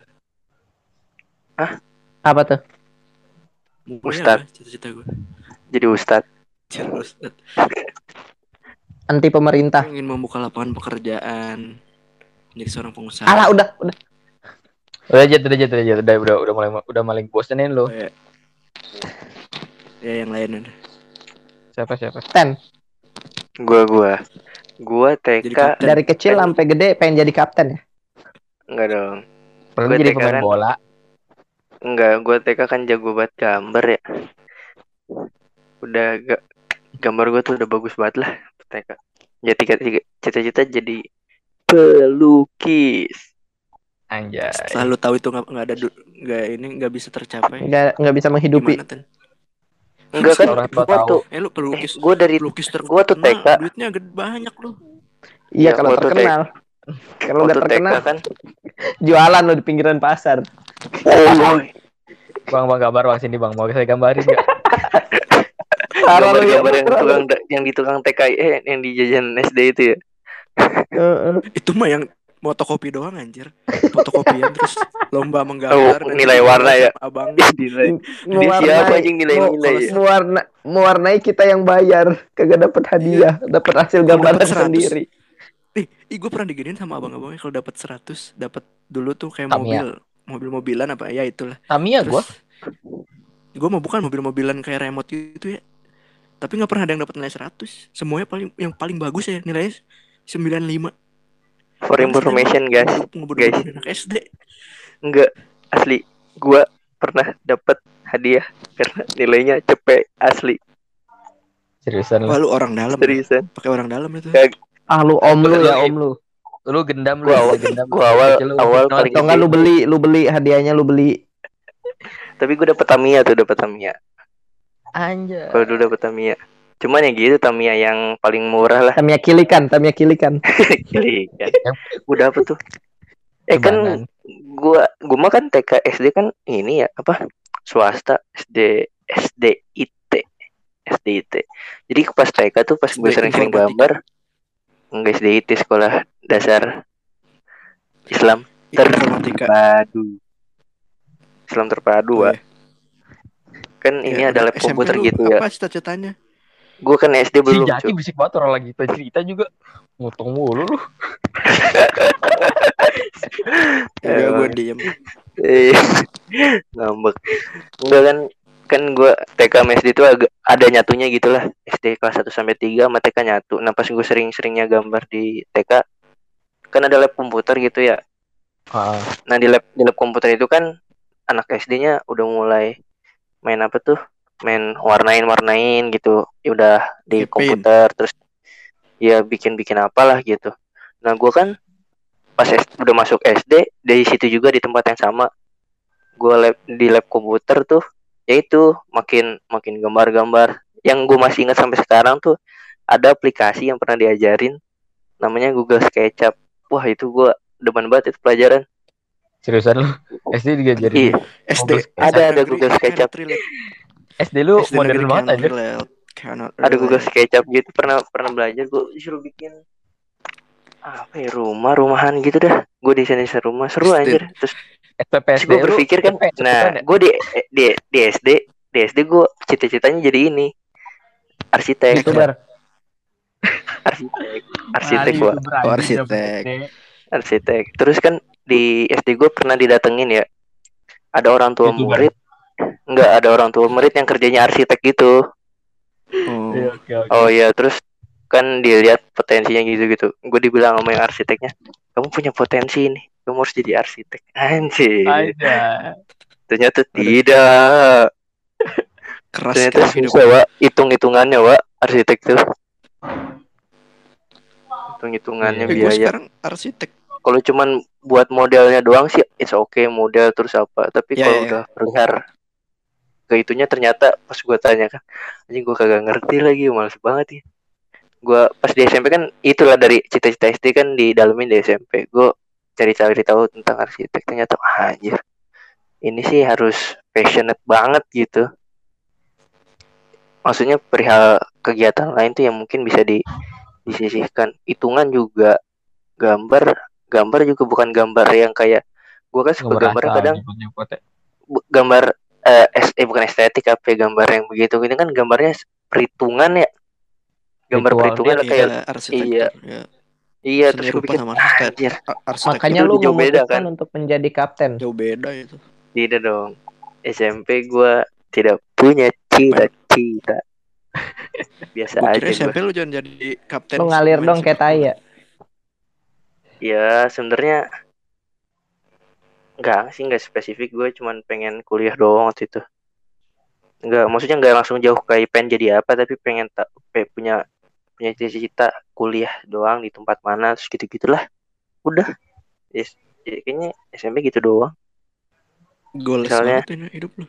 Apa tuh? Mulia Ustad. apa cita-cita gue? Jadi ustad. Ustad. Anti pemerintah. Ingin membuka lapangan pekerjaan, menjadi seorang pengusaha. Alah udah, udah. Udah jet, udah jet, udah jet, udah udah udah mulai udah maling bosenin lu. Oh, ya. Ya yang lain udah. Siapa siapa? Ten. Gua gua. Gua T Jadi K kapten. Dari kecil sampai gede pengen jadi kapten ya? enggak dong. Pernah Gua jadi T K pemain kan- bola. Enggak, gua T K kan jago banget gambar ya. Udah gak, gambar gua tuh udah bagus banget lah T K. Jadi tiga- cita-cita jadi pelukis. Anjay. Selalu tahu itu nggak nggak ada du- nggak ini nggak bisa tercapai. Nggak nggak bisa menghidupi. Gimana Ten? Enggak kan Orang tua gua tahu. tuh Eh lu eh, pelukis gua dari pelukis gua tuh T K. terkenal, duitnya gede banyak lu. Iya Ya, kalau waktu terkenal. Kalau nggak waktu T K terkenal, kan. jualan lo di pinggiran pasar. Oh, Bang, bang gambar bang sini bang, mau saya gambarin nggak? Parah lu ya. gambar-gambar yang tukang yang di tukang T K eh yang di jajan S D itu ya. Heeh. Itu mah yang fotokopi doang anjir. Fotokopian terus lomba Oh, menggambar. nanti nilai warna ya. Abang. Nilai. Dia siapa anjing nilai-nilai ya? Mewarna, mewarnai kita yang bayar, kagak dapat hadiah, dapat hasil Kalau gambaran dapet seratus. sendiri. Ih, ih gue pernah diginiin sama abang-abangnya kalau dapat seratus, dapat dulu tuh kayak Tamiya. mobil, mobil-mobilan apa ya itulah. Tamiya gua. Gue mau bukan mobil-mobilan kayak remote gitu ya. Tapi nggak pernah ada yang dapat nilai seratus. Semuanya paling yang paling bagus ya nilainya sembilan puluh lima. For information guys. Guys. Guys. Anak S D. Enggak asli. Gua pernah dapat hadiah karena nilainya cepet asli. Seriusan lu. Wah lu orang dalam. Seriusan. Pakai orang dalam itu. Kag- Ah lu om lu ya om lu. Lu gendam lu, Gua awal, gendam. gua awal, Kecil lu awal nonton. paling Atau enggak lu beli, lu beli hadiahnya lu beli. Tapi gue dapet Tamiya tuh, dapet Tamiya. Anjay. Kalau dulu dapet Tamiya. Cuman ya gitu, Tamiya yang paling murah lah. Tamiya kilikan, Tamiya kilikan. Kilikan. Gue dapet tuh. Eh kan Kebanan. gua gua mah kan T K S D kan ini ya apa? Swasta S D S D I T. S D I T. Jadi pas T K tuh pas gue S D sering-sering Informatika. gambar. Enggak S D I T, sekolah dasar Islam Informatika. terpadu. Islam terpadu, Oh, Wak. iya. Kan ini Ya, ada udah, lab S M P komputer lu gitu ya. Apa cita-citanya? Gue kan S D Si belum, Jaki cuy. bisik banget orang lagi cerita juga. Ngotong mulu lu. Enggak, gue diem. Eh, ngambek. Enggak kan kan gue T K sama S D itu agak ada nyatunya gitulah. S D kelas satu sampai tiga sama T K nyatu. Nah, pas gue sering-seringnya gambar di T K kan ada lab komputer gitu ya. Ah, Nah, di lab di lab komputer itu kan anak S D-nya udah mulai main apa tuh? Main warnain-warnain gitu. Ya udah di Kayak komputer terus ya bikin-bikin apalah gitu. Nah, gue kan pas S- udah masuk S D dari situ juga di tempat yang sama gue lab di lab komputer tuh yaitu makin makin gambar-gambar yang gue masih ingat sampai sekarang tuh ada aplikasi yang pernah diajarin namanya Google SketchUp. Wah, itu gue demen banget itu pelajaran. seriusan lu? S D diajarin. Iya, S D Google- ada ada negeri Google SketchUp. cannot relate. S D lu S D modern negeri banget cannot aja. relate. Cannot Ada Google relate. SketchUp gitu, pernah pernah belajar. Gue disuruh bikin apa ya, rumah rumahan gitu dah. Gue desain desain rumah seru S D. anjir. Terus S P P S D gue lu berpikir kan, cepet, cepetan nah ya? gue di di di S D di S D gue cita-citanya jadi ini arsitek, YouTuber. arsitek, arsitek Ah, gua, YouTuber Oh, aja arsitek. zaman S D. arsitek. Terus kan di S D gue pernah didatengin ya, ada orang tua YouTuber. murid, enggak ada orang tua murid yang kerjanya arsitek gitu. Oh. Iya, oke oke. Oh iya, terus kan dilihat potensinya gitu-gitu. Gue dibilang sama yang arsiteknya, kamu punya potensi ini, kamu harus jadi arsitek. Anjir. Aja. Ternyata tidak. Keras Ternyata kan hidup. susah, Wak. Hitung-hitungannya, Wak, arsitek tuh. Hitung-hitungannya Iya. Eh, gue biaya. sekarang arsitek. Kalau cuman buat modelnya doang sih, it's okay model terus apa. Tapi Ya, kalau ya, ya. udah pelihar ke itunya ternyata pas gue tanya kan, anjing gue kagak ngerti lagi, males banget ya. Gue pas di S M P kan itulah dari cita-cita S D kan didalemin di S M P. Gue cari-cari tahu tentang arsitek, ternyata ah, anjir. Ini sih harus passionate banget gitu. Maksudnya perihal kegiatan lain tuh yang mungkin bisa di disisihkan. Hitungan juga, gambar, gambar juga bukan gambar yang kayak gue kan suka gambarnya kadang nyepot-nyepot ya. bu- gambar eh, es, eh bukan estetik apa ya, gambar yang begitu ini kan gambarnya perhitungan ya, gambar Ritual perhitungan lah kayak Iya, arsitektur. iya. Ya. iya Seni terus gue rupa pikir sama ah, arsitek. anjir A- Arsitek Makanya itu lu jauh beda, memutuskan kan? untuk menjadi kapten. jauh beda itu. tidak dong. S M P gue tidak punya cita-cita, biasa Gue aja kira S M P gue. lu jangan jadi kapten. Lu ngalir pemain dong kayak sepak tai bola. ya. Ya sebenarnya enggak sih, enggak spesifik, gue cuman pengen kuliah doang waktu itu. Enggak, maksudnya enggak langsung jauh kayak pengen jadi apa, tapi pengen tak punya punya cita-cita kuliah doang di tempat mana terus gitu-gitulah. Udah. Yes. Ya, kayaknya S M P gitu doang. Goals Misalnya- banget ini hidup lu.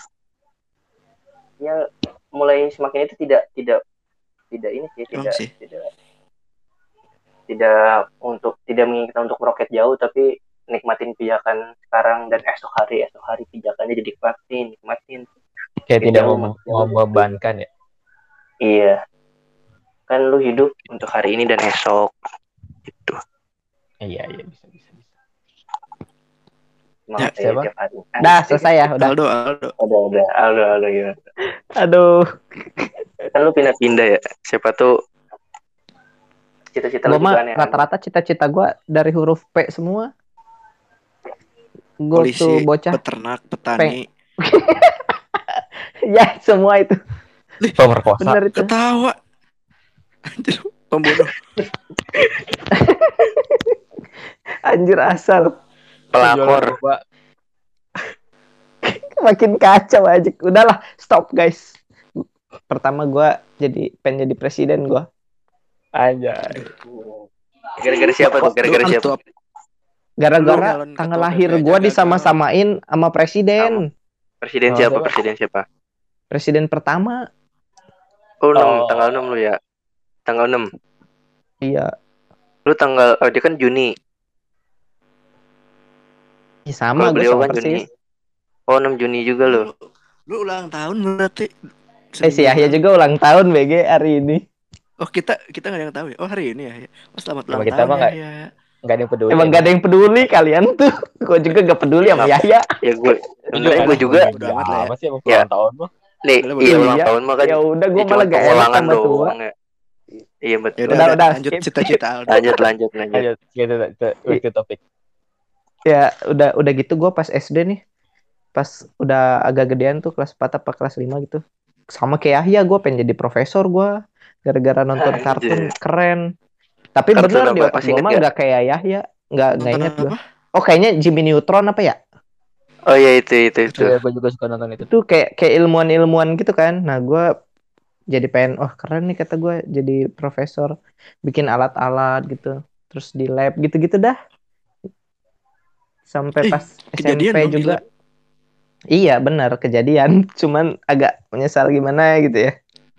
Ya mulai semakin itu tidak tidak tidak ini sih, Emang tidak sih. tidak tidak untuk tidak menginginkan untuk meroket jauh, tapi nikmatin pijakan sekarang dan esok hari esok hari pijakannya jadi nikmatin nikmatin. Kayak Gitu, tidak jauh, mem- jauh. membebankan ya. Iya. Kan lu hidup untuk hari ini dan esok. Gitu. Iya iya bisa bisa bisa. Semangat Ya, siapa? tiap hari. Dah selesai ya, udah. Aldo, Aldo. Udah, udah. Aldo, Aldo, ya. Aduh, Kan lu pindah-pindah ya. Siapa tuh cita-cita lu gua mah juga aneh. rata-rata cita-cita gua dari huruf P semua. Gua Polisi, tuh bocah. peternak, petani. Ya, semua itu. Pemerkosa. Bener itu. Ketawa. Anjir, pembunuh. Anjir asal. Pelakor. Makin kacau aja. Udahlah, stop guys. Pertama gua jadi pengen jadi presiden gua. Anjay. Gara-gara siapa tuh? Gara-gara Lu siapa? ketua- Gara-gara calon tanggal ketua lahir P P aja gue gagal. disama-samain sama presiden. Presiden Oh, siapa? siapa? Presiden siapa? Presiden pertama. Oh, enam, Oh. tanggal enam lu ya. Tanggal enam. Iya. Lu tanggal oh dia kan Juni. Ih, sama Kalau gue beliau sama kan Juni. persis. Oh, enam Juni juga lu. Lu, lu ulang tahun berarti. Eh si Yahya juga ulang tahun B G hari ini. Oh kita kita nggak ada yang tahu ya. Oh hari ini ya. Oh selamat Sama ulang kita tahun mah ya. nggak- ya. Enggak ada yang peduli. Emang gak ada yang peduli kalian tuh. Gue juga gak peduli sama Yahya. Ya gue sebenarnya gue juga Bodo amat lah ya. Apa sih sama Ya. ulang tahun mah? nih Udah, iya udah. ulang Iya. tahun mah kan. Ya udah gue Ya, cuma malah gak enak pengulangan sama tua. doang ya. Iya Ya betul. udah, Udah, udah, udah, lanjut skip. cita-cita Aldo. Lanjut lanjut lanjut. Ayo, kita kita back to topic. Ya udah udah gitu gue pas S D nih. Pas udah agak gedean tuh kelas empat apa kelas lima gitu. Sama kayak Yahya gue pengen jadi profesor gue. Gara-gara nonton Anjir. kartun keren. Tapi Kartun bener apa? di otak Masih gue inget mah gak? gak kayak Yahya. Gak, gak Nonton inget gue. apa? Oh kayaknya Jimmy Neutron apa ya? Oh iya itu itu itu. Iya, gue juga suka nonton itu. Itu kayak kayak ilmuwan-ilmuwan gitu kan. Nah gue jadi pengen, oh keren nih kata gue jadi profesor. Bikin alat-alat gitu. Terus di lab gitu-gitu dah. Sampai Eh, pas kejadian S M P dong di juga. lab. Iya benar kejadian. Cuman agak menyesal gimana gitu ya.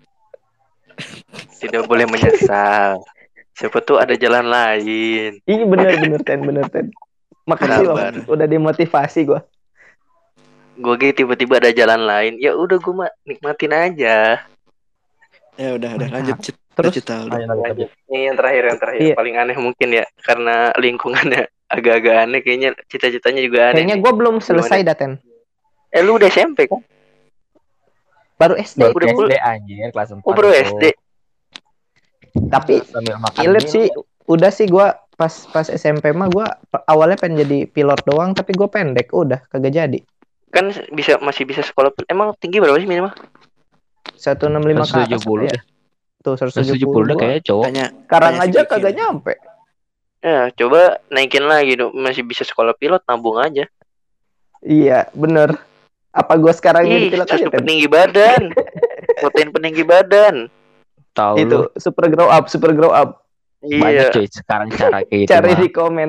Tidak boleh menyesal. Siapa tuh ada jalan lain. Iya bener bener Ten bener Ten. Makasih loh Sabar. udah dimotivasi gue. Gue gitu tiba-tiba ada jalan lain. Ya udah gue mah nikmatin aja. Ya udah udah Mantap. lanjut Terus cita-cita Aldo. Ayo, lanjut, lanjut. Ini yang terakhir yang terakhir Iya. paling aneh mungkin ya karena lingkungannya agak-agak aneh kayaknya cita-citanya juga aneh. kayaknya nih. gue belum selesai dah Ten. Eh lu udah S M P kan? Baru S D. Baru Udah S D anjir kelas empat. Oh baru S D. Tapi Sambil makan ilit mie. sih udah sih gue pas pas S M P mah gue awalnya pengen jadi pilot doang tapi gue pendek udah kagak jadi. Kan bisa masih bisa sekolah. Emang tinggi berapa sih minimal? seratus enam puluh lima ke seratus atas tujuh puluh apa ya? dah. Tuh seratus seratus tujuh tujuh puluh dah puluh kayaknya cowok. Tanya Sekarang tanya si aja Kiki kagak lah. nyampe. Ya coba naikin lagi dong. Masih bisa sekolah pilot nabung aja. Iya bener. Apa gue sekarang jadi Ih, pilot aja susu Ten? peninggi badan. Protein peninggi badan. Tahu Itu lu. super grow up super grow up. Banyak Iya. cuy sekarang cara kayak gitu. Cari mah. di komen.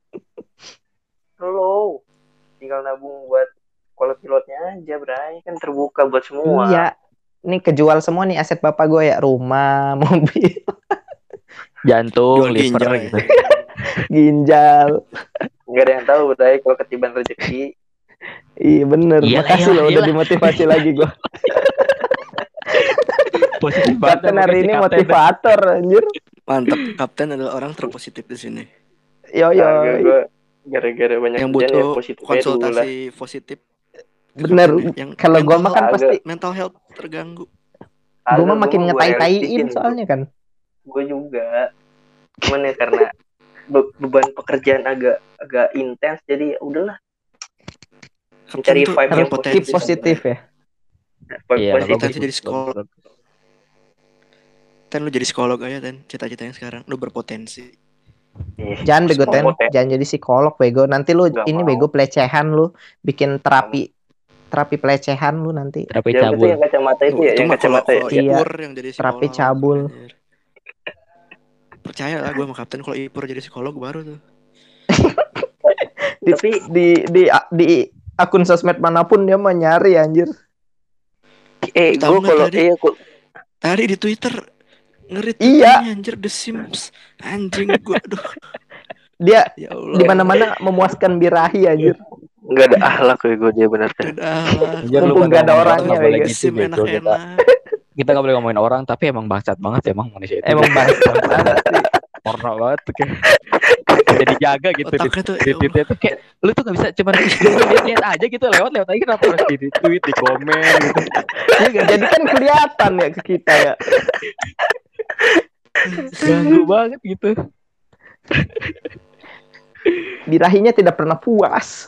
Lo tinggal nabung buat sekolah pilotnya aja, Bray. Kan terbuka buat semua. Iya. Ini kejual semua nih aset bapak gue ya, rumah, mobil, Jantung, Jual liver ginjal ya. gitu. ginjal. Nggak ada yang tahu, Bray, kalau ketiban rezeki. Iya bener. Iyalah, Makasih iyalah, loh udah iyalah. dimotivasi lagi gue. Positif banget. Kapten hari si ini kapten. motivator anjir. Mantap, kapten adalah orang terpositif di sini. Yo yo. Nah, gue gara-gara banyak Yang kerjaan ya butuh positif aja dulu lah. konsultasi positif. Bener. Kapten ya. Yang Kalau gue mental makan Agak. pasti mental health terganggu. gue Agak, mah makin gua ngetai-taiin realistikin, soalnya kan. Gue juga. Cuman ya karena be- beban pekerjaan agak agak intens jadi ya udahlah. Mencari Kapten tuh vibe ada yang Keep potensi positif ya. Vibe Iya, positif. Potensi jadi psikolog. Ten lu jadi psikolog aja Ten, cita-citanya sekarang lu berpotensi. Ih, Jangan bego Ten, poten- jangan jadi psikolog bego. Nanti lu Nggak ini mau. bego pelecehan lu, bikin terapi terapi pelecehan lu nanti. Terapi Yang itu cabul. yang kacamata itu ya, yang mah kalau kacamata ya. kalau Iya. Ipur yang jadi psikolog. Terapi cabul. anjir. Percaya lah gue sama kapten kalau Ipur jadi psikolog baru tuh. Di, Tapi- di di di akun sosmed manapun dia mah nyari anjir. Eh, gue Tambah kalau tadi. eh gua- Tadi di Twitter ngerit Iya. ini, anjir The Sims. Anjing gue aduh. Dia Ya Allah. di mana-mana memuaskan birahi anjir. nggak ada akhlak ya gue dia benar kan. Udah lah. Anjir, lu Mumpung kan nggak ada ngomongin orangnya, nggak boleh Bego. gitu, Sim bego. Kita enak-enak. kita nggak boleh ngomongin orang, tapi emang bangsat banget ya emang manusia itu. Emang bangsat banget sih. Porno banget tuh kayak. Jadi jaga gitu di Otaknya tuh di ya tweetnya tuh kayak lu tuh gak bisa cuma lihat-lihat aja gitu lewat lewat aja kenapa harus di tweet di komen gitu. Iya nggak? Jadi kan kelihatan ya ke kita ya. Ganggu banget gitu. Birahinya tidak pernah puas.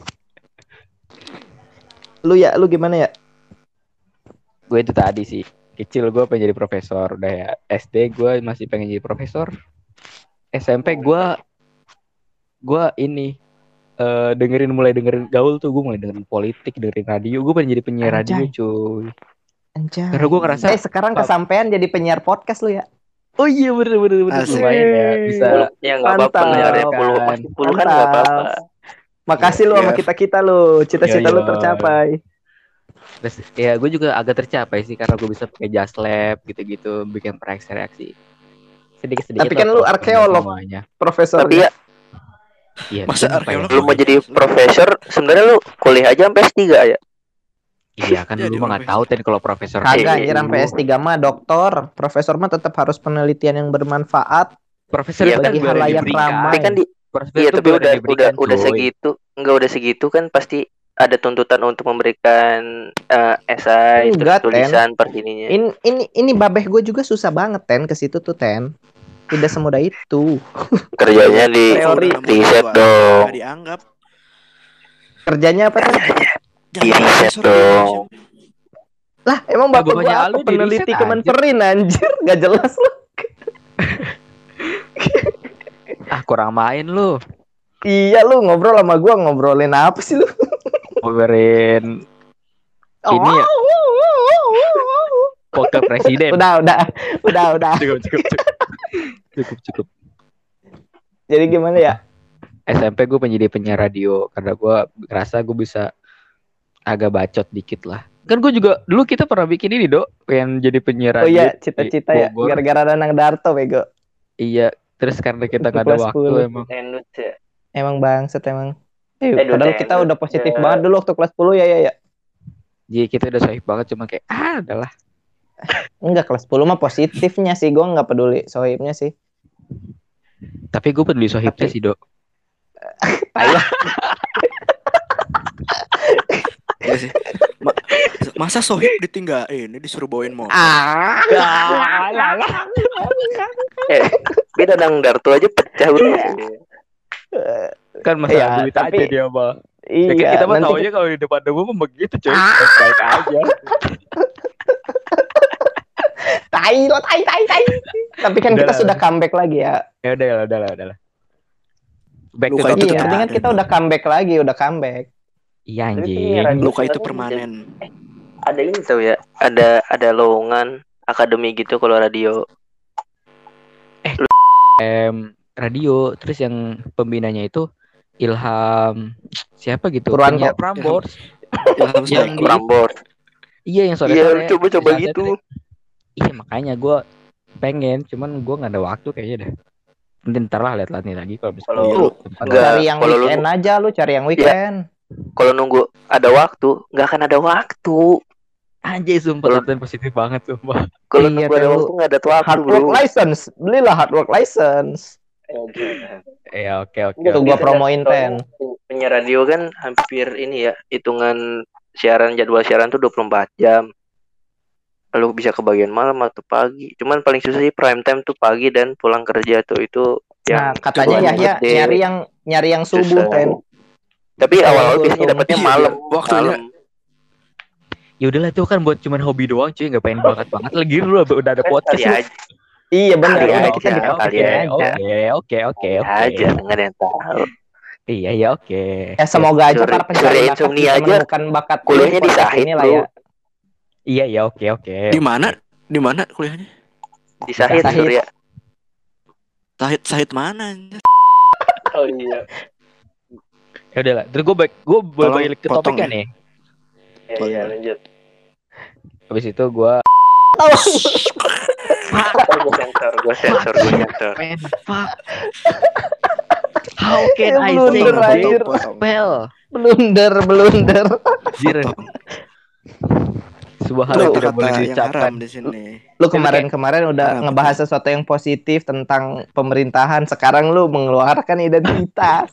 Lu ya, lu gimana ya? Gue itu tadi sih kecil gue pengen jadi profesor udah ya. S D gue masih pengen jadi profesor. S M P gue gue ini eh, dengerin mulai dengerin gaul tuh gue mulai dengerin politik dengerin radio gue pengen jadi penyiar radio Anjay. cuy. Anjay. Karena gue ngerasa Eh sekarang kesampean jadi penyiar podcast lu ya. Oh iya bener bener bener Asik. lumayan ya bisa. Ya nggak apa-apa Mantap, dengarnya puluh kan. pasti puluhan nggak apa-apa. Makasih Iya, lu sama iya. kita-kita lu. Cita-cita Iya, lu iya. tercapai. Terus ya gue juga agak tercapai sih karena gue bisa pakai Just Lab gitu-gitu bikin reaksi-reaksi. Sedikit-sedikit. Tapi kan lah lu walaupun nggak arkeolog. semuanya. Profesor. Tapi ya Iya, Masa tapi ngapain? arkeolog lu mau jadi profesor sebenarnya lu kuliah aja sampai S tiga ya. Iya kan Jadi lu mah nggak profesor. tahu kan kalau profesor Kagak Iya, anjir sampai S tiga mah doktor. Profesor mah tetap harus penelitian yang bermanfaat Profesor Iya, itu kan bagi gelar yang halayak diberikan. ramai. Tapi kan di Profesor iya itu tapi gelar udah yang diberikan, udah udah coy. segitu enggak udah segitu kan pasti ada tuntutan untuk memberikan eh, esai Enggak, terus tulisan per ininya. Ini ini ini babeh gue juga susah banget Ten ke situ tuh Ten. Tidak semudah itu. Kerjanya di Teori. riset dong. Nggak dianggap. Kerjanya apa Ten? Di Jangan riset profesor di dong. Indonesia. Lah emang Lah, bapak gua gue banyak apa lu di peneliti riset, Kemenperin anjir. Gak jelas lu. Ah kurang main lu. Iya lu ngobrol sama gue ngobrolin apa sih lu? Ngobrolin ini ya wakil presiden. Udah udah udah udah. Cukup cukup cukup. Cukup cukup. Jadi gimana ya? S M P gue menjadi penyiar radio karena gue ngerasa gue bisa agak bacot dikit lah. Kan gue juga dulu kita pernah bikin ini dok, yang jadi penyiar Oh radio. iya di cita-cita ya. Bogor. Gara-gara Danang Darto bego. Iya, terus karena kita Untuk nggak ada kelas waktu sepuluh. emang. Endut ya. Emang bangset emang. Eh, Eh, padahal Dut, kita Dut. udah positif Ya. banget dulu waktu kelas sepuluh ya ya ya. Jadi kita udah sohib banget cuma kayak ah adalah. Enggak kelas sepuluh mah positifnya sih gue nggak peduli sohibnya sih. Tapi gue peduli sohibnya Tapi- sih dok. Ayo. Iya sih. Ma- masa sohib ditinggalin, ini disuruh bawain motor. Ah. Eh, beda Danang Darto aja pecah udah. Kan masalah Iya, duit tapi- aja dia mah. Ya kan Iya. kita mah nanti taunya kalau di depan umum mah begitu coy. Baik aja. tai lo tai tai tai. Tapi kan Udah kita lah. sudah comeback lagi ya. Ya udah lah, udah lah, udah lah. Back to Luka topic itu Iya, ya. penting kan kita udah comeback lagi, udah comeback. Iya Tapi anjing. penyiaran Luka kita itu tuh permanen. Ada ini tau ya, ada ada lowongan akademi gitu kalau radio. Em, radio terus yang pembinanya itu Ilham siapa gitu? Purwanto. Penyiar Prambors. Ilham Yang Saidi. di- Prambors. Iya yang sore Iya, sore. lu coba-coba gitu. Iya makanya gue pengen, cuman gue nggak ada waktu kayaknya dah. Nanti ntar lah lihat nih lagi kalau misalnya. Kalau Iya, lu sempat. Enggak, Cari yang kalau lu- weekend aja lu, cari yang weekend. kalau nunggu ada waktu, nggak akan ada waktu. Anjay sumpah Kalau- konten positif banget sumpah. Kalau Iya, nunggu ada kayak waktu nggak ada waktu, Hard bro. work license, belilah hard work license. Iya oke oke. Tuh oke. gua promoin Ten. Penyiar radio kan hampir ini ya, hitungan siaran jadwal siaran tuh dua puluh empat jam. Lalu bisa kebagian malam atau pagi. Cuman paling susah sih prime time tuh pagi dan pulang kerja tuh itu Nah, yang katanya coba Yahya gede. nyari yang nyari yang subuh, Susah. Ten. Tapi awal-awal Betul, biasanya betul. dapetnya Iya, malam. waktunya. Malam. Ya udahlah itu kan buat cuman hobi doang cuy, nggak pengen banget banget lagi lu udah ada Kan podcast. kali lu. aja, Iya benar, Kali udah aja, kita kali dipraktekin aja. aja. Oke oke oke kali oke. aja nggak ada yang tahu. Iya ya oke. Ya semoga aja Suri- para pencari Suri bakat insomnia bisa aja, menemukan bakat kuliahnya di podcast Sahid, ini lah bro. ya. Iya ya oke oke. Di mana? Di mana kuliahnya? Di Sahid, Sahid. Surya. Sahid Sahid mana? anjir? Oh iya. Ya udahlah. Terus gue baik gue Tolong balik ke potong topiknya ya. nih. Ya, iya, lanjut. Habis itu gue Gue sensor, gue sensor, gue sensor. Man, fuck. How can Ya, I say blunder, anjir. this spell? Blunder, blunder. Anjir. Sebuah hal Itu yang tidak kata boleh yang diucapkan. haram di sini. Lu kemarin-kemarin udah Kenapa ngebahas tuh? sesuatu yang positif tentang pemerintahan, sekarang lu mengeluarkan identitas.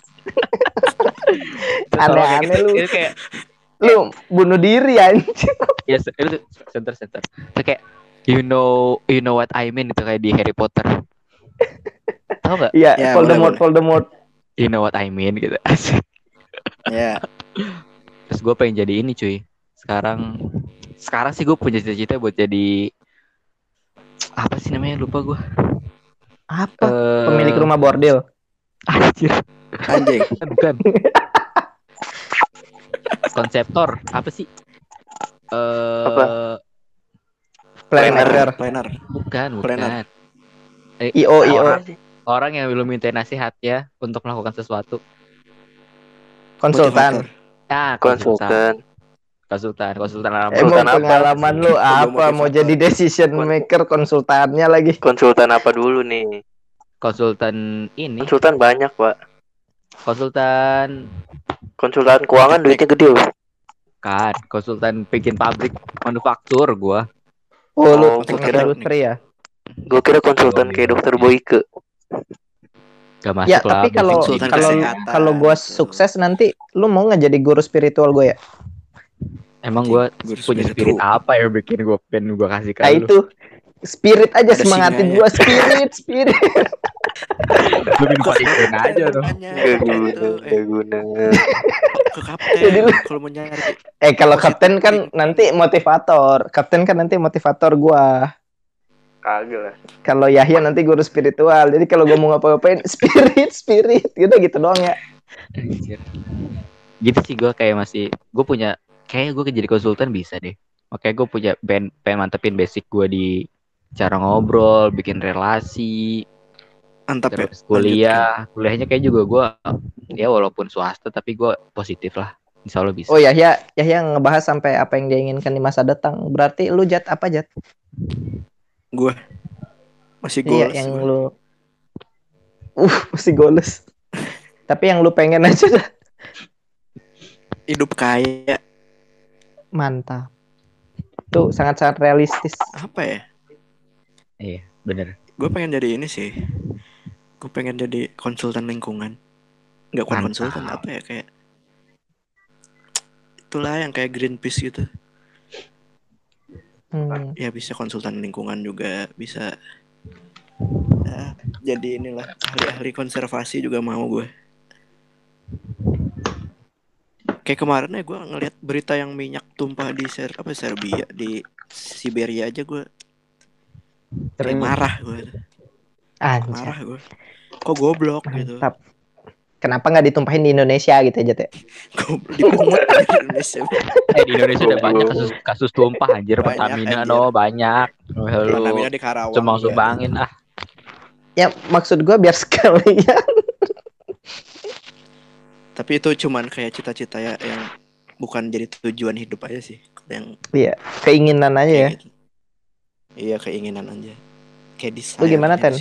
Aneh-aneh lu. Itu kayak Lu bunuh diri anjir. ya se- itu center center. Itu kayak you know you know what I mean itu kayak di Harry Potter. Tahu nggak? Iya, Ya, Voldemort, boleh, Voldemort. You know what I mean gitu. Asik. Ya. Terus gue pengen jadi ini cuy. Sekarang sekarang sih gue punya cita-cita buat jadi apa sih namanya lupa gue. Apa? Eh, Pemilik rumah bordil. Anjir. Anjing. Bukan. Konseptor apa sih? Eh Apa? Planner. Planner. bukan, bukan. Planner. Eh, I O I O orang, orang yang belum minta nasihat ya untuk melakukan sesuatu. konsultan. Motivator. Ah, Konsultan. konsultan, konsultan alam. Emang Konsultan apa? pengalaman lu Juga apa mau motivator. jadi decision maker konsultannya lagi? Konsultan apa dulu nih? Konsultan ini, Konsultan banyak, Pak. konsultan Konsultan keuangan duitnya gede loh. kan, konsultan bikin pabrik manufaktur gua. Oh, lu Oh, teknik kira- industri ya? Gue kira konsultan kayak dokter Boyke. Gak masuk Ya, lah. tapi basic kalau konsultan gitu. kalau kesehatan, kalau gua gitu. sukses nanti lu mau nggak jadi guru spiritual gue ya? Emang gua Guru punya spiritual. spirit apa yang bikin gua pengen gua kasih ke Nah lu? itu spirit aja Ada semangatin singanya. gua spirit spirit. Lu infoin aja dong. Tanya Gak itu, guna, eh, gak guna. ke kapten Jadi lu- kalau mau nyari. Eh kalau Positive kapten kan thinking. nanti motivator. Kapten kan nanti motivator gua. Kagak lah. Kalau Yahya nanti guru spiritual. Jadi kalau gua mau ngapa-ngapain spirit spirit gitu gitu doang ya. Anjir. Gitu sih gue kayak masih gue punya kayak gue jadi konsultan bisa deh. Makanya gue punya pengen, pengen mantepin basic gue di cara ngobrol, bikin relasi, Mantap ya. terus kuliah. Kuliahnya kayak juga gue ya walaupun swasta tapi gue positif lah. Insya Allah bisa. Oh Yahya Yahya ngebahas sampai apa yang dia inginkan di masa datang. Berarti lu Jat apa Jat? Gue masih Iya goals. yang gua. lu Uh masih goals. Tapi yang lu pengen aja dah. Hidup kaya. Mantap. Tuh sangat-sangat realistis. Apa ya? Iya bener. Gue pengen jadi ini sih. Gue pengen jadi konsultan lingkungan. Enggak bukan Mantap. konsultan, apa ya, kayak itulah yang kayak Greenpeace gitu. Hmm. Ya bisa konsultan lingkungan juga, bisa ya, jadi inilah ahli-ahli konservasi juga mau gue. Kayak kemarin ya gue ngeliat berita yang minyak tumpah di Ser apa Serbia, di Siberia aja gue kayak marah gue, Anjir. marah gue. Kok goblok gitu. Mantap. Kenapa nggak ditumpahin di Indonesia gitu aja teh? Goblok dipungut di Indonesia. Eh di Indonesia ada banyak kasus kasus tumpah anjir. Banyak, Pertamina anjir. no banyak. Lu Pertamina di Karawang. cuma juga. sumbangin ah. Ya maksud gua biar sekalian. Tapi itu cuman kayak cita-cita ya yang bukan jadi tujuan hidup aja sih. Yang Iya keinginan aja ya. kayak gitu. Iya keinginan aja. Kayak desire. Lu gimana, Ten?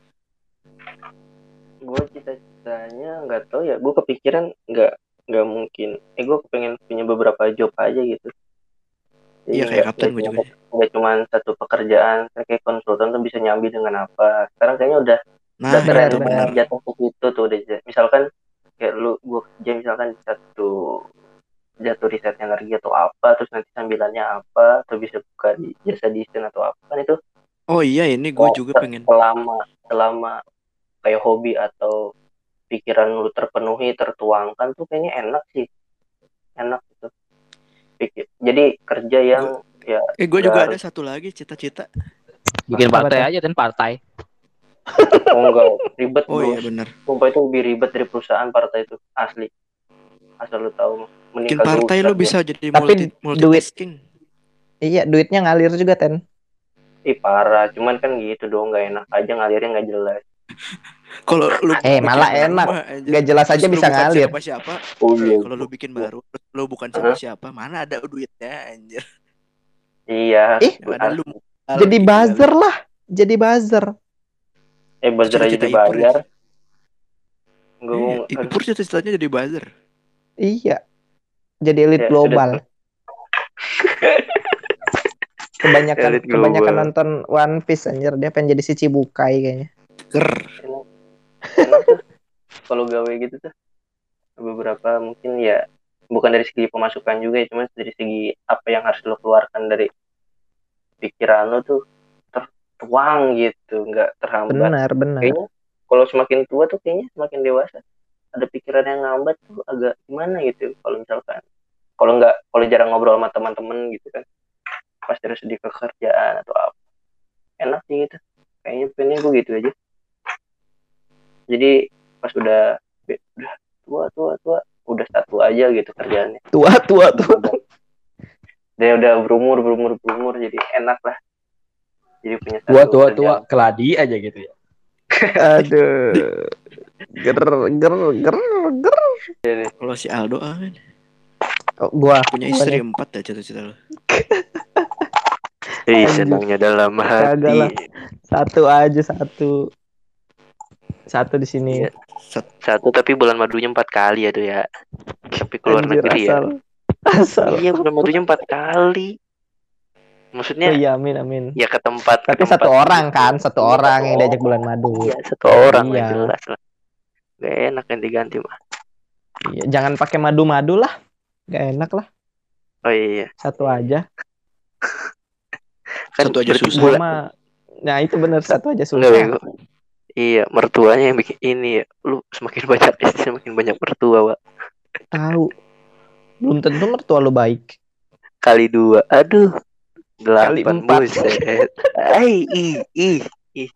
Gue cita-citanya nggak tahu ya. Gue kepikiran nggak nggak mungkin. Eh gue pengen punya beberapa job aja gitu. Jadi Iya kayak nggak- kapten nggak gue cuma- juga. nggak cuma satu pekerjaan. Kayak konsultan tuh bisa nyambi dengan apa. Sekarang kayaknya udah Nah udah tren itu benar. benar. jatuh ke situ tuh udah j- misalkan kayak lu gue kerja misalkan di satu jatuh riset energi atau apa terus nanti sambilannya apa atau bisa buka di jasa desain atau apa kan itu Oh iya ini gue oh, juga se- pengen. selama selama kayak hobi atau pikiran lu terpenuhi tertuangkan tuh kayaknya enak sih enak gitu Pikir. Jadi kerja yang ya Eh gue nggak juga ada harus- satu lagi cita-cita. Bikin Apa partai tuh? aja kan partai. oh enggak ribet Oh bro. iya benar. Sumpah itu lebih ribet dari perusahaan partai itu asli asal lu tahu mending Bikin kagak partai usah lu deh. bisa jadi Tapi multi duit- multitasking. Iya duitnya ngalir juga Ten. Ih parah, cuman kan gitu dong nggak enak aja ngalirnya nggak jelas. Kalau lu Eh, bikin malah baru enak. mah, anjir. Gak jelas aja Terus lu bisa bukan ngalir. Siapa-siapa. Oh Eh, iya. kalau lu bikin baru, terus lu bukan Hah? siapa-siapa, mana ada duitnya anjir. Iya. Ih, Yang ada lu Jadi buzzer lah. Jadi buzzer. Eh buzzer aja Cita-cita Ipur dibayar. ya? Gue Iya, Ipur cita-citanya jadi buzzer. Iya. Jadi elit Ya, global. Kebanyakan Elit global. kebanyakan nonton One Piece anjir dia pengen jadi si Cibukai kayaknya. Ger. enak tuh kalau gawe gitu tuh. Beberapa mungkin ya bukan dari segi pemasukan juga ya, cuma dari segi apa yang harus lo keluarkan dari pikiran lo tuh tertuang gitu, nggak terhambat. Benar, benar. Kayaknya kalau semakin tua tuh kayaknya semakin dewasa ada pikiran yang ngambat tuh agak gimana gitu kalau misalkan kalau nggak kalau jarang ngobrol sama teman-teman gitu kan pasti harus di pekerjaan atau apa enak sih gitu kayaknya pengen gue gitu aja jadi pas udah udah tua tua tua udah satu aja gitu kerjaannya Tua, tua, tua. dia udah berumur berumur berumur jadi enak lah jadi punya satu Tua tua kerjaan. tua keladi aja gitu ya. Aduh. Ger ger ger ger. Kalau si Aldo ah, kan Oh, gua punya gua istri nih. empat ya cita-cita lo. Ih, Anjir. senangnya dalam Kagak hati. lah. Satu aja satu. Satu di sini. Iya. Satu tapi bulan madunya empat kali ya tuh ya. Tapi keluar Anjir, negeri asal. ya. Asal. Iya, bulan madunya empat kali. Oh Maksudnya iya, amin amin. ya ke tempat. Tapi ke tempat satu orang gitu. kan, satu Iya, orang satu yang diajak orang. bulan madu. Iya, satu orang lah Iya. jelas lah. Gak enak ganti-ganti mah. Iya, jangan pakai madu-madu lah. Gak enak lah. Oh iya. Satu aja. Kan Satu aja berarti susah. bulan. Sama. Nah, itu bener satu aja Enggak, susah. bego. Iya, mertuanya yang bikin ini ya. Lu semakin banyak istri semakin banyak mertua, Pak. Tahu. Belum tentu mertua lu baik. Kali dua. Aduh. Kali Delapan empat. buset. Ai, ih, ih, ih.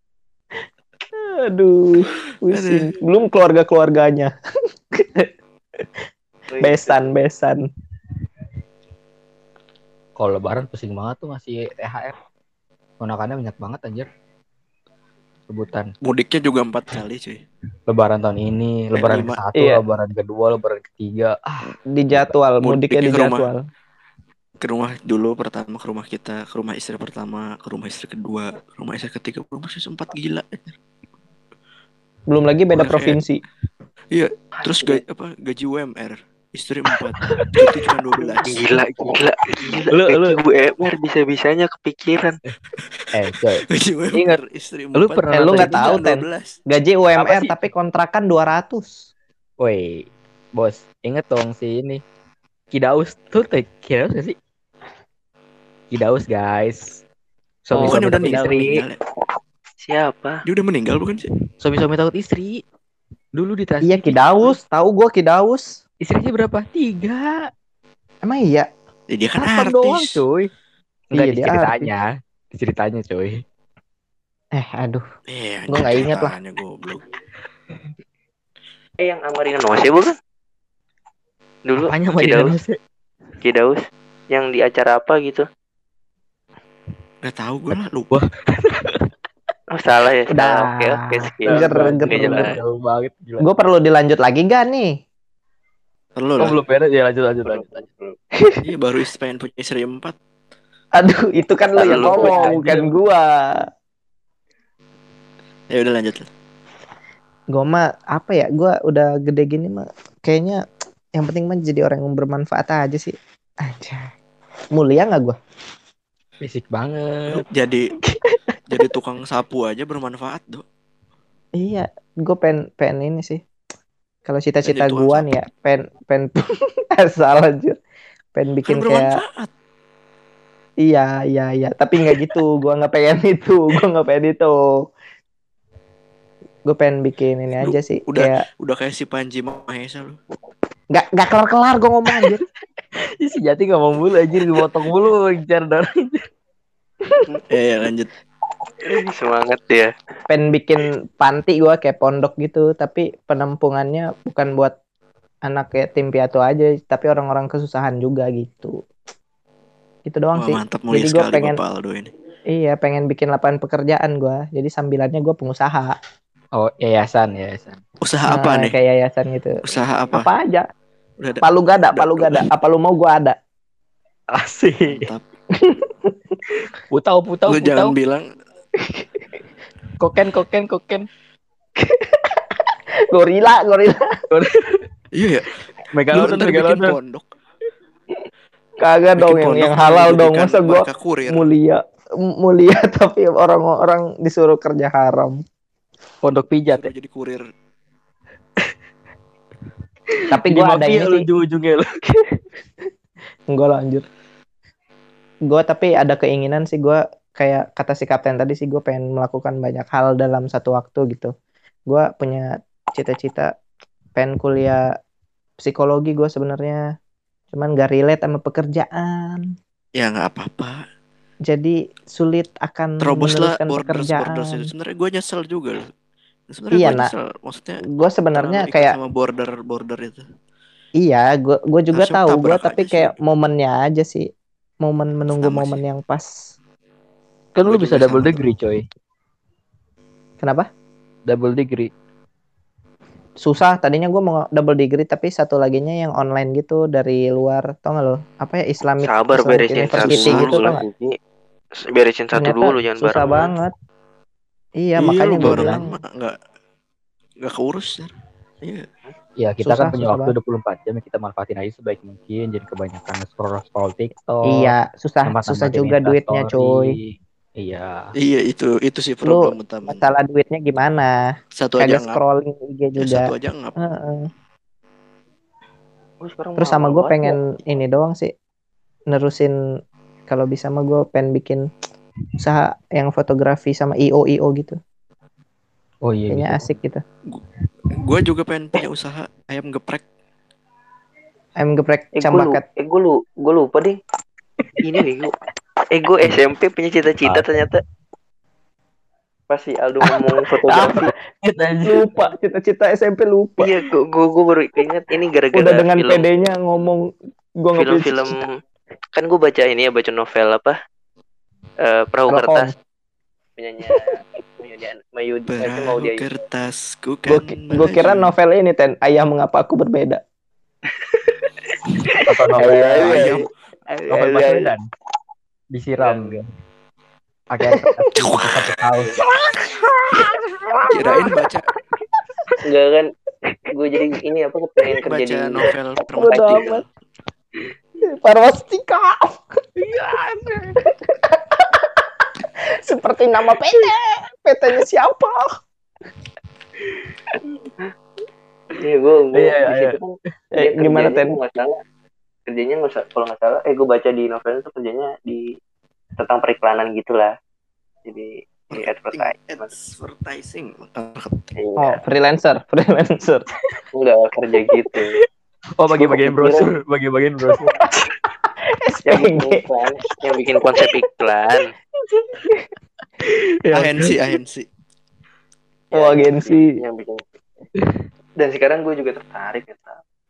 Aduh, pusing. Belum keluarga-keluarganya. Besan, besan. Kalau lebaran pusing banget tuh ngasih T H R. Ponakannya banyak banget anjir. Rebutan. Mudiknya juga empat kali cuy. Lebaran tahun ini, lebaran lima. ke satu, Iya. lebaran kedua, lebaran ketiga. Ah, Di jadwal, mudiknya di Mudiknya ke rumah. jadwal. Ke rumah dulu pertama, ke rumah kita, ke rumah istri pertama, ke rumah istri kedua, ke rumah istri ketiga, ke rumah istri empat, gila. Belum lagi beda Udah kayak- provinsi. Iya, terus gaji apa gaji U M R istri empat, cuti cuma dua belas. Gila, gila, gila. Lu- lu- U M R bisa-bisanya kepikiran. eh coy. Gaji U M R Ingat, istri lu empat. pernah Eh, lu nggak nonton tahu, cuma Ten. dua belas. Gaji U M R Apa sih? tapi kontrakan dua ratus. Woi, bos, inget dong si ini. Kidaus tuh teh Kidaus gak sih? Kidaus guys. Oh, Suami-suami Bukan udah takut meninggal, istri. meninggal ya? Siapa? Dia udah meninggal bukan sih? Suami-suami takut istri. Dulu di Trans. Iya, Kidaus. Tahu gua Kidaus. Istrinya berapa? Tiga. Emang iya? Ya, dia kan Kapan doang artis. cuy? Enggak Iya, di dia ceritanya. Di ceritanya cuy. Eh, aduh. Eh, Gua nggak ingat lah. ceritanya goblok. Eh, yang Amarina Nose bukan? Dulu Apanya mau Kidaus, sih? Kidaus. Yang di acara apa gitu? Gak tahu gue lah, lupa. Oh, salah ya. Udah. Salah. Oke, oke, skip. Ger, ger, Nggak jelas. ger. Jauh banget gila. Gue perlu dilanjut lagi gak nih? Perlu Oh, lah. belum beres ya, lanjut lanjut lanjut. lanjut. Iya, baru is- pengen punya istri empat. Aduh, itu kan lu yang Lu ngomong, bukan gua. Ya udah lanjut. Gua mah apa ya? Gua udah gede gini mah kayaknya yang penting mah jadi orang yang bermanfaat aja sih. Aja. Mulia nggak gua? Fisik banget. Jadi jadi tukang sapu aja bermanfaat, Dok. Iya, gua pengen pengen ini sih. Kalau cita-cita Jadi tukang gua sapu. nih ya, pengen pengen asal aja. Pengen Kan bikin kayak bermanfaat. iya iya iya, tapi nggak gitu. Gua nggak pengen itu. Gua nggak pengen itu. Gue pengen bikin ini Lu aja sih. udah- Kayak Udah kayak si Panji Mahesa lu. nggak nggak kelar kelar gue ngomong anjir. Si Jati ngomong mulu anjir, gua potong mulu ngejar dorong. Eh, ya, lanjut. Semangat ya. Pengen bikin panti gue kayak pondok gitu, tapi penampungannya bukan buat anak yatim piatu aja, tapi orang-orang kesusahan juga gitu. Gitu doang Wah, sih. mantap, mulia Jadi gue sekali pengen Bapak Aldo ini. iya pengen bikin lapangan pekerjaan gue. Jadi sambilannya gue pengusaha. Oh, yayasan, yayasan. Usaha apa Nah, nih? kayak yayasan gitu. Usaha apa? Apa aja? Udah ada. Palu gada, Udah- palu gada. Apa lu mau gue ada? Asik. Mantap. Putau, putau, Lu putau. jangan bilang Koken, koken, koken. Gorila, gorila. iya ya. Lu Megalodon, ntar bikin megalodon. pondok. Kagak Bikin dong yang, pondok, yang halal dong. jadikan Masa gue mereka kurir. mulia mulia tapi orang-orang disuruh kerja haram. Pondok pijat ya. Suruh jadi kurir. Tapi Di gue ada mafia ini lu sih. ujung-ujungnya lu. Enggak lanjut. Gue tapi ada keinginan sih, gue kayak kata si kapten tadi sih, gue pengen melakukan banyak hal dalam satu waktu gitu. Gue punya cita-cita pengen kuliah psikologi gue sebenarnya, cuman gak relate sama pekerjaan. Ya nggak apa-apa. Jadi sulit akan Terobos lah meneruskan borders pekerjaan. borders itu. Sebenarnya gue nyesel juga loh. Sebenarnya Iya, gue nak. nyesel. Maksudnya Gue sebenarnya terlalu ikat kayak sama border border itu. iya, gue gue juga Harusnya tahu gue, tabrak tapi aja kayak sih. momennya aja sih, momen menunggu Sama momen sih. yang pas. Kan lu Gua bisa juga double sama tuh. degree, coy. Kenapa? double degree. Susah, tadinya gue mau double degree tapi satu laginya yang online gitu dari luar, tau gak lo? Apa ya, Islamic, Sabar Islamic beresin satu University Susah, gitu, dulu tau lah. gak? Ini beresin satu Ternyata dulu jangan susah barengan. banget. Iya, Iya, makanya lu gue barengan bilang mah nggak nggak keurus ya. Iya. Ya kita Susah, kan punya susah waktu banget. dua puluh empat jam, kita manfaatin aja sebaik mungkin. Jadi kebanyakan scroll scroll TikTok. Iya, susah, tempat susah tempatin juga duitnya, Instastory. cuy. Iya. Iya, itu itu sih Lu problem utamanya. masalah duitnya gimana? Satu aja Kagak ngap. scrolling I G Ya, juga. satu aja ngap. Heeh. Oh, sekarang Terus sama mahal gue banget ya. pengen ini doang sih, nerusin kalau bisa mah gue pengen bikin usaha yang fotografi sama I O I O gitu. Oh iya Kayaknya bisa. asik gitu. Gue juga pengen punya usaha ayam geprek. Ayam geprek Eh gue lu, cambakat. eh gue lu, gue lupa deh. Ini nih gue. Eh gue S M P punya cita-cita ternyata. Pas si Aldo ngomong fotografi. Lupa cita-cita S M P lupa. Iya, gue gue gue baru ingat ini gara-gara Udah dengan film pedenya ngomong gue nggak punya film-film cita-cita. kan gue baca ini ya, baca novel apa? Eh Perahu Sherlock Kertas. Holmes. Punyanya Mayudian Mayudi itu mau Perahu dia. kertas ku Gue kan gue kira melaju. novel ini Ten, Ayah Mengapa Aku Berbeda. Atau novel Ayam. novel Baswedan disiram pakai satu tahun. Kirain baca Enggak kan, gue jadi ini apa kepengen kerja baca di novel Bodo Permatika. amat. Parwastika. Seperti nama P T. P T-nya siapa? Iya gue gue Iya, di iya. situ kan Eh, dia gimana, kerjanya Ten? kalau nggak salah kerjanya nggak usah kalau nggak salah eh gue baca di novel itu kerjanya di tentang periklanan gitulah, jadi di advertise. Advertising. Oh, Iya, freelancer, freelancer. enggak kerja gitu. Oh bagi-bagian brosur, bagi-bagian brosur. Yang bikin S P G. iklan, yang bikin konsep iklan. Agensi, agensi. Oh, agensi. Yang bikin. Dan sekarang gue juga tertarik ya.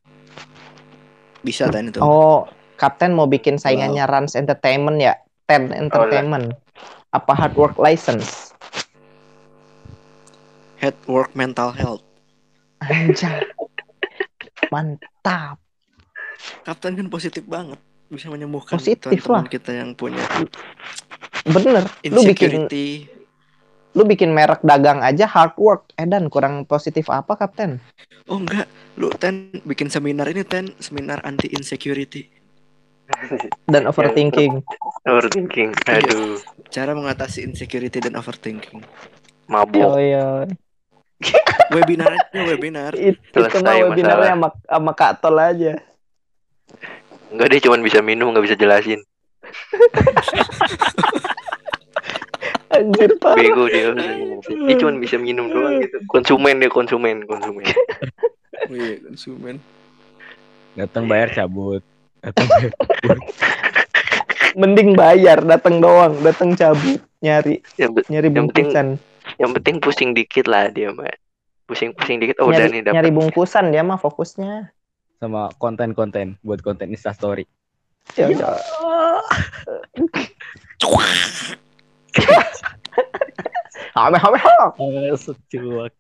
Bisa Ten itu. Oh, Kapten mau bikin saingannya Rans Entertainment ya? Ten Entertainment. Apa Hard Work License? Head work mental health. Anjay. Mantap. Kapten kan positif banget, bisa menyembuhkan Positif teman-teman lah. kita yang punya Bener. Lu bikin insecurity. lu bikin merek dagang aja hard work. Edan kurang positif apa, Kapten? Oh enggak, lu Ten bikin seminar ini Ten, seminar anti insecurity. Dan overthinking. Overthinking. Aduh, Cara mengatasi insecurity dan overthinking. mabuk. Oh iya. Webinarnya webinar. It, itu Selesai mah webinarnya masalah. sama, sama Kak Tol aja. Enggak, dia cuma bisa minum, nggak bisa jelasin. Anjir parah. Bego dia. Dia cuma bisa minum doang gitu. Konsumen dia, konsumen, konsumen. Oh iya, konsumen. Datang bayar cabut. Datang bayar cabut. Mending bayar, datang doang, datang cabut, nyari Yang, be- nyari yang penting, bungkusan. yang penting pusing dikit lah dia, Mbak. Pusing-pusing dikit. Oh, udah nih nyari, nyari dapat. bungkusan dia mah fokusnya. Sama konten-konten buat konten Instastory. Ya udah. Hame hame hame. Cuak.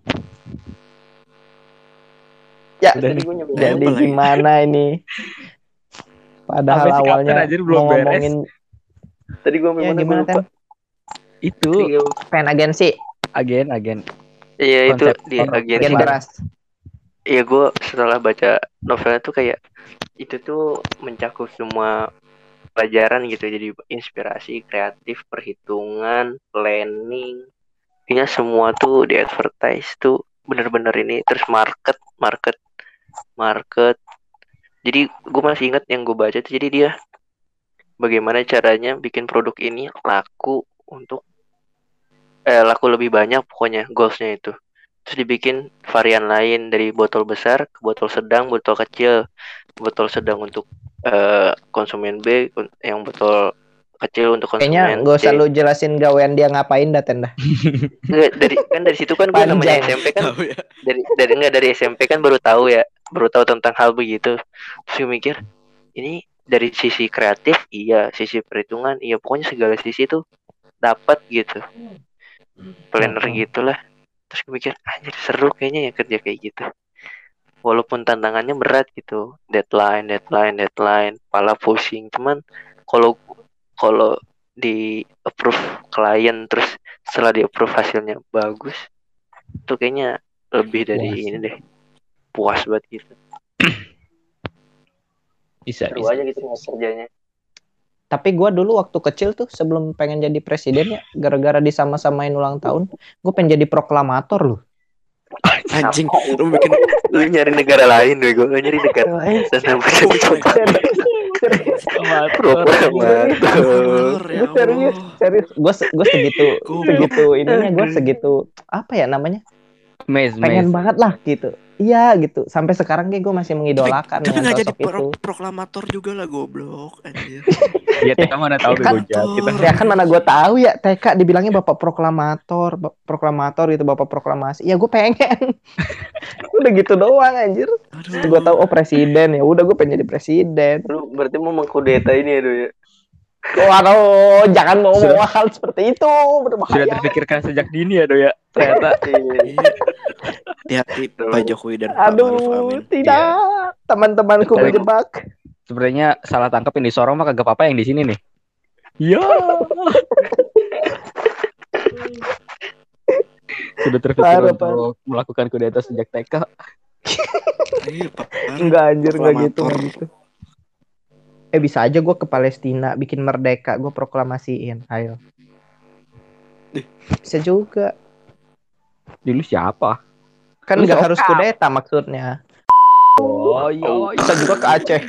Ya, Udah Tadi nih. gue nyebut jadi apa lagi? gimana ini? Padahal Sampai si Kapten awalnya aja belum beres. ngomongin Tadi gue ya memang gimana lupa. Ten? Itu Pengen agensi, agen agen. Iya itu Konsep di orang- agensi. agen Gimana? beras. Iya gue setelah baca novelnya tuh kayak itu tuh mencakup semua pelajaran gitu, jadi inspirasi, kreatif, perhitungan, planning, ini semua tuh di advertise tuh bener-bener ini, terus market, market, market. Jadi gue masih ingat yang gue baca tuh, jadi dia bagaimana caranya bikin produk ini laku untuk eh laku lebih banyak, pokoknya goalsnya itu. Terus dibikin varian lain dari botol besar ke botol sedang, botol kecil, botol sedang untuk uh, konsumen B, yang botol kecil untuk konsumen Kayaknya gak usah C. lu jelasin gawean dia ngapain dah Ten dah. Nggak, dari kan dari situ kan gue namanya Panjang. S M P kan Tahu ya. dari dari enggak dari S M P kan baru tahu ya, baru tahu tentang hal begitu. Terus gue mikir ini dari sisi kreatif iya, sisi perhitungan iya, pokoknya segala sisi tuh dapat gitu. Planner Hmm. gitulah. Terus gue mikir anjir seru kayaknya ya kerja kayak gitu. Walaupun tantangannya berat gitu, deadline, deadline, deadline, kepala pusing. Cuman kalau kalau di approve klien terus setelah di approve hasilnya bagus, itu kayaknya lebih dari Puas. ini deh, puas banget gitu. Bisa, Seru bisa. aja gitu kerjanya. Tapi gue dulu waktu kecil tuh sebelum pengen jadi presiden ya, gara-gara disama-samain ulang tahun, gue pengen jadi proklamator loh. Anjing, lu bikin Lu nyari negara lain bego, lu nyari negara lain dan sampai Lu bikin proklamator. ya Gue serius, Allah. serius. Gue gue segitu, Goblok. segitu ininya gue segitu apa ya namanya? Mes, Pengen mes. banget lah gitu. Iya gitu. Sampai sekarang kayak gue masih mengidolakan Tapi dengan nggak jadi sosok itu. pro- proklamator juga lah goblok anjir. Ya T K mana tahu Kan- bego Jat. Kita Ya kan mana gue tahu ya T K dibilangnya bapak proklamator, bap- proklamator gitu, bapak proklamasi. Ya gue pengen. Udah gitu doang anjir. Aduh. Gue tahu oh presiden ya. Udah gue pengen jadi presiden. Lu berarti mau mengkudeta ini ya, Do ya? Waduh, jangan ngomong Sudah- hal seperti itu, sudah berbahaya. terpikirkan sejak dini ya Do ya. Ternyata Iya. Hati-hati Pak Jokowi dan Pak Maruf Aduh, Amin. tidak. Teman-temanku Tapi- menjebak. sebenarnya salah tangkap ini Sorong mah kagak apa-apa yang di sini nih. Iya. Sudah terpikir Parah, untuk melakukan kudeta sejak T K. Iya, Pak. Enggak anjir, enggak gitu, Proklamator. enggak gitu. Eh bisa aja gue ke Palestina bikin merdeka, gue proklamasiin. Ayo. Ih. Bisa juga. Dulu siapa? Kan Lu nggak sokap. harus kudeta maksudnya. Oh iya. Bisa juga ke Aceh.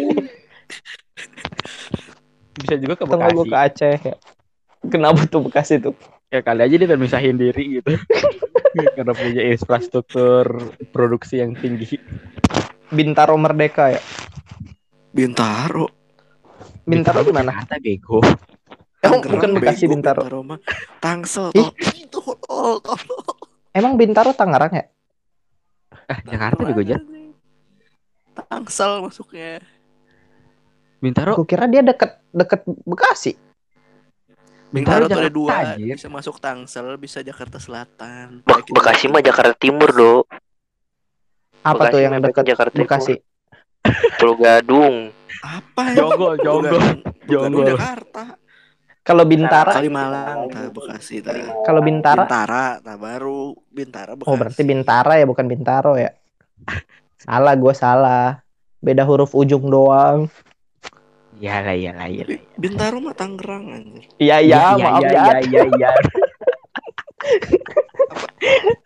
Bisa juga ke Atau nggak gue Bekasi. ke Aceh ya. Kenapa tuh Bekasi tuh? Ya kali aja dia termisahin diri gitu. Karena punya infrastruktur produksi yang tinggi. Bintaro merdeka ya. Bintaro. Bintaro di mana? Jakarta bego. Eh, Tangerang, bukan Bekasi, bego, Bintaro. mah. Tangsel. Ih. tol. Itu tol, tol. Emang Bintaro Tangerang ya? Eh, Jakarta bego Jat. Tangsel masuknya. Bintaro. Gue kira dia deket deket Bekasi. Bintaro Bintaro tuh ada Jakarta, dua, anjir. bisa masuk Tangsel, bisa Jakarta Selatan. Be- Baik itu- Bekasi mah Jakarta Timur, Do. Apa Bekasi tuh yang mepet deket Jakarta Bekasi? Pulau Gadung. Apa ya? Jonggol, jonggol. Jonggol. Jonggol. Jakarta. Kalau Bintara, Kalimalang, ta Bekasi, ta. kalau Bintara, Bintara, nah baru Bintara Bekasi. oh berarti Bintara ya bukan Bintaro ya? Salah, gue salah. Beda huruf ujung doang. Iyalah, iyalah, iyalah. Bintaro mah Tangerang anjir. Iya iya, maaf ya. Iya, iya, iya.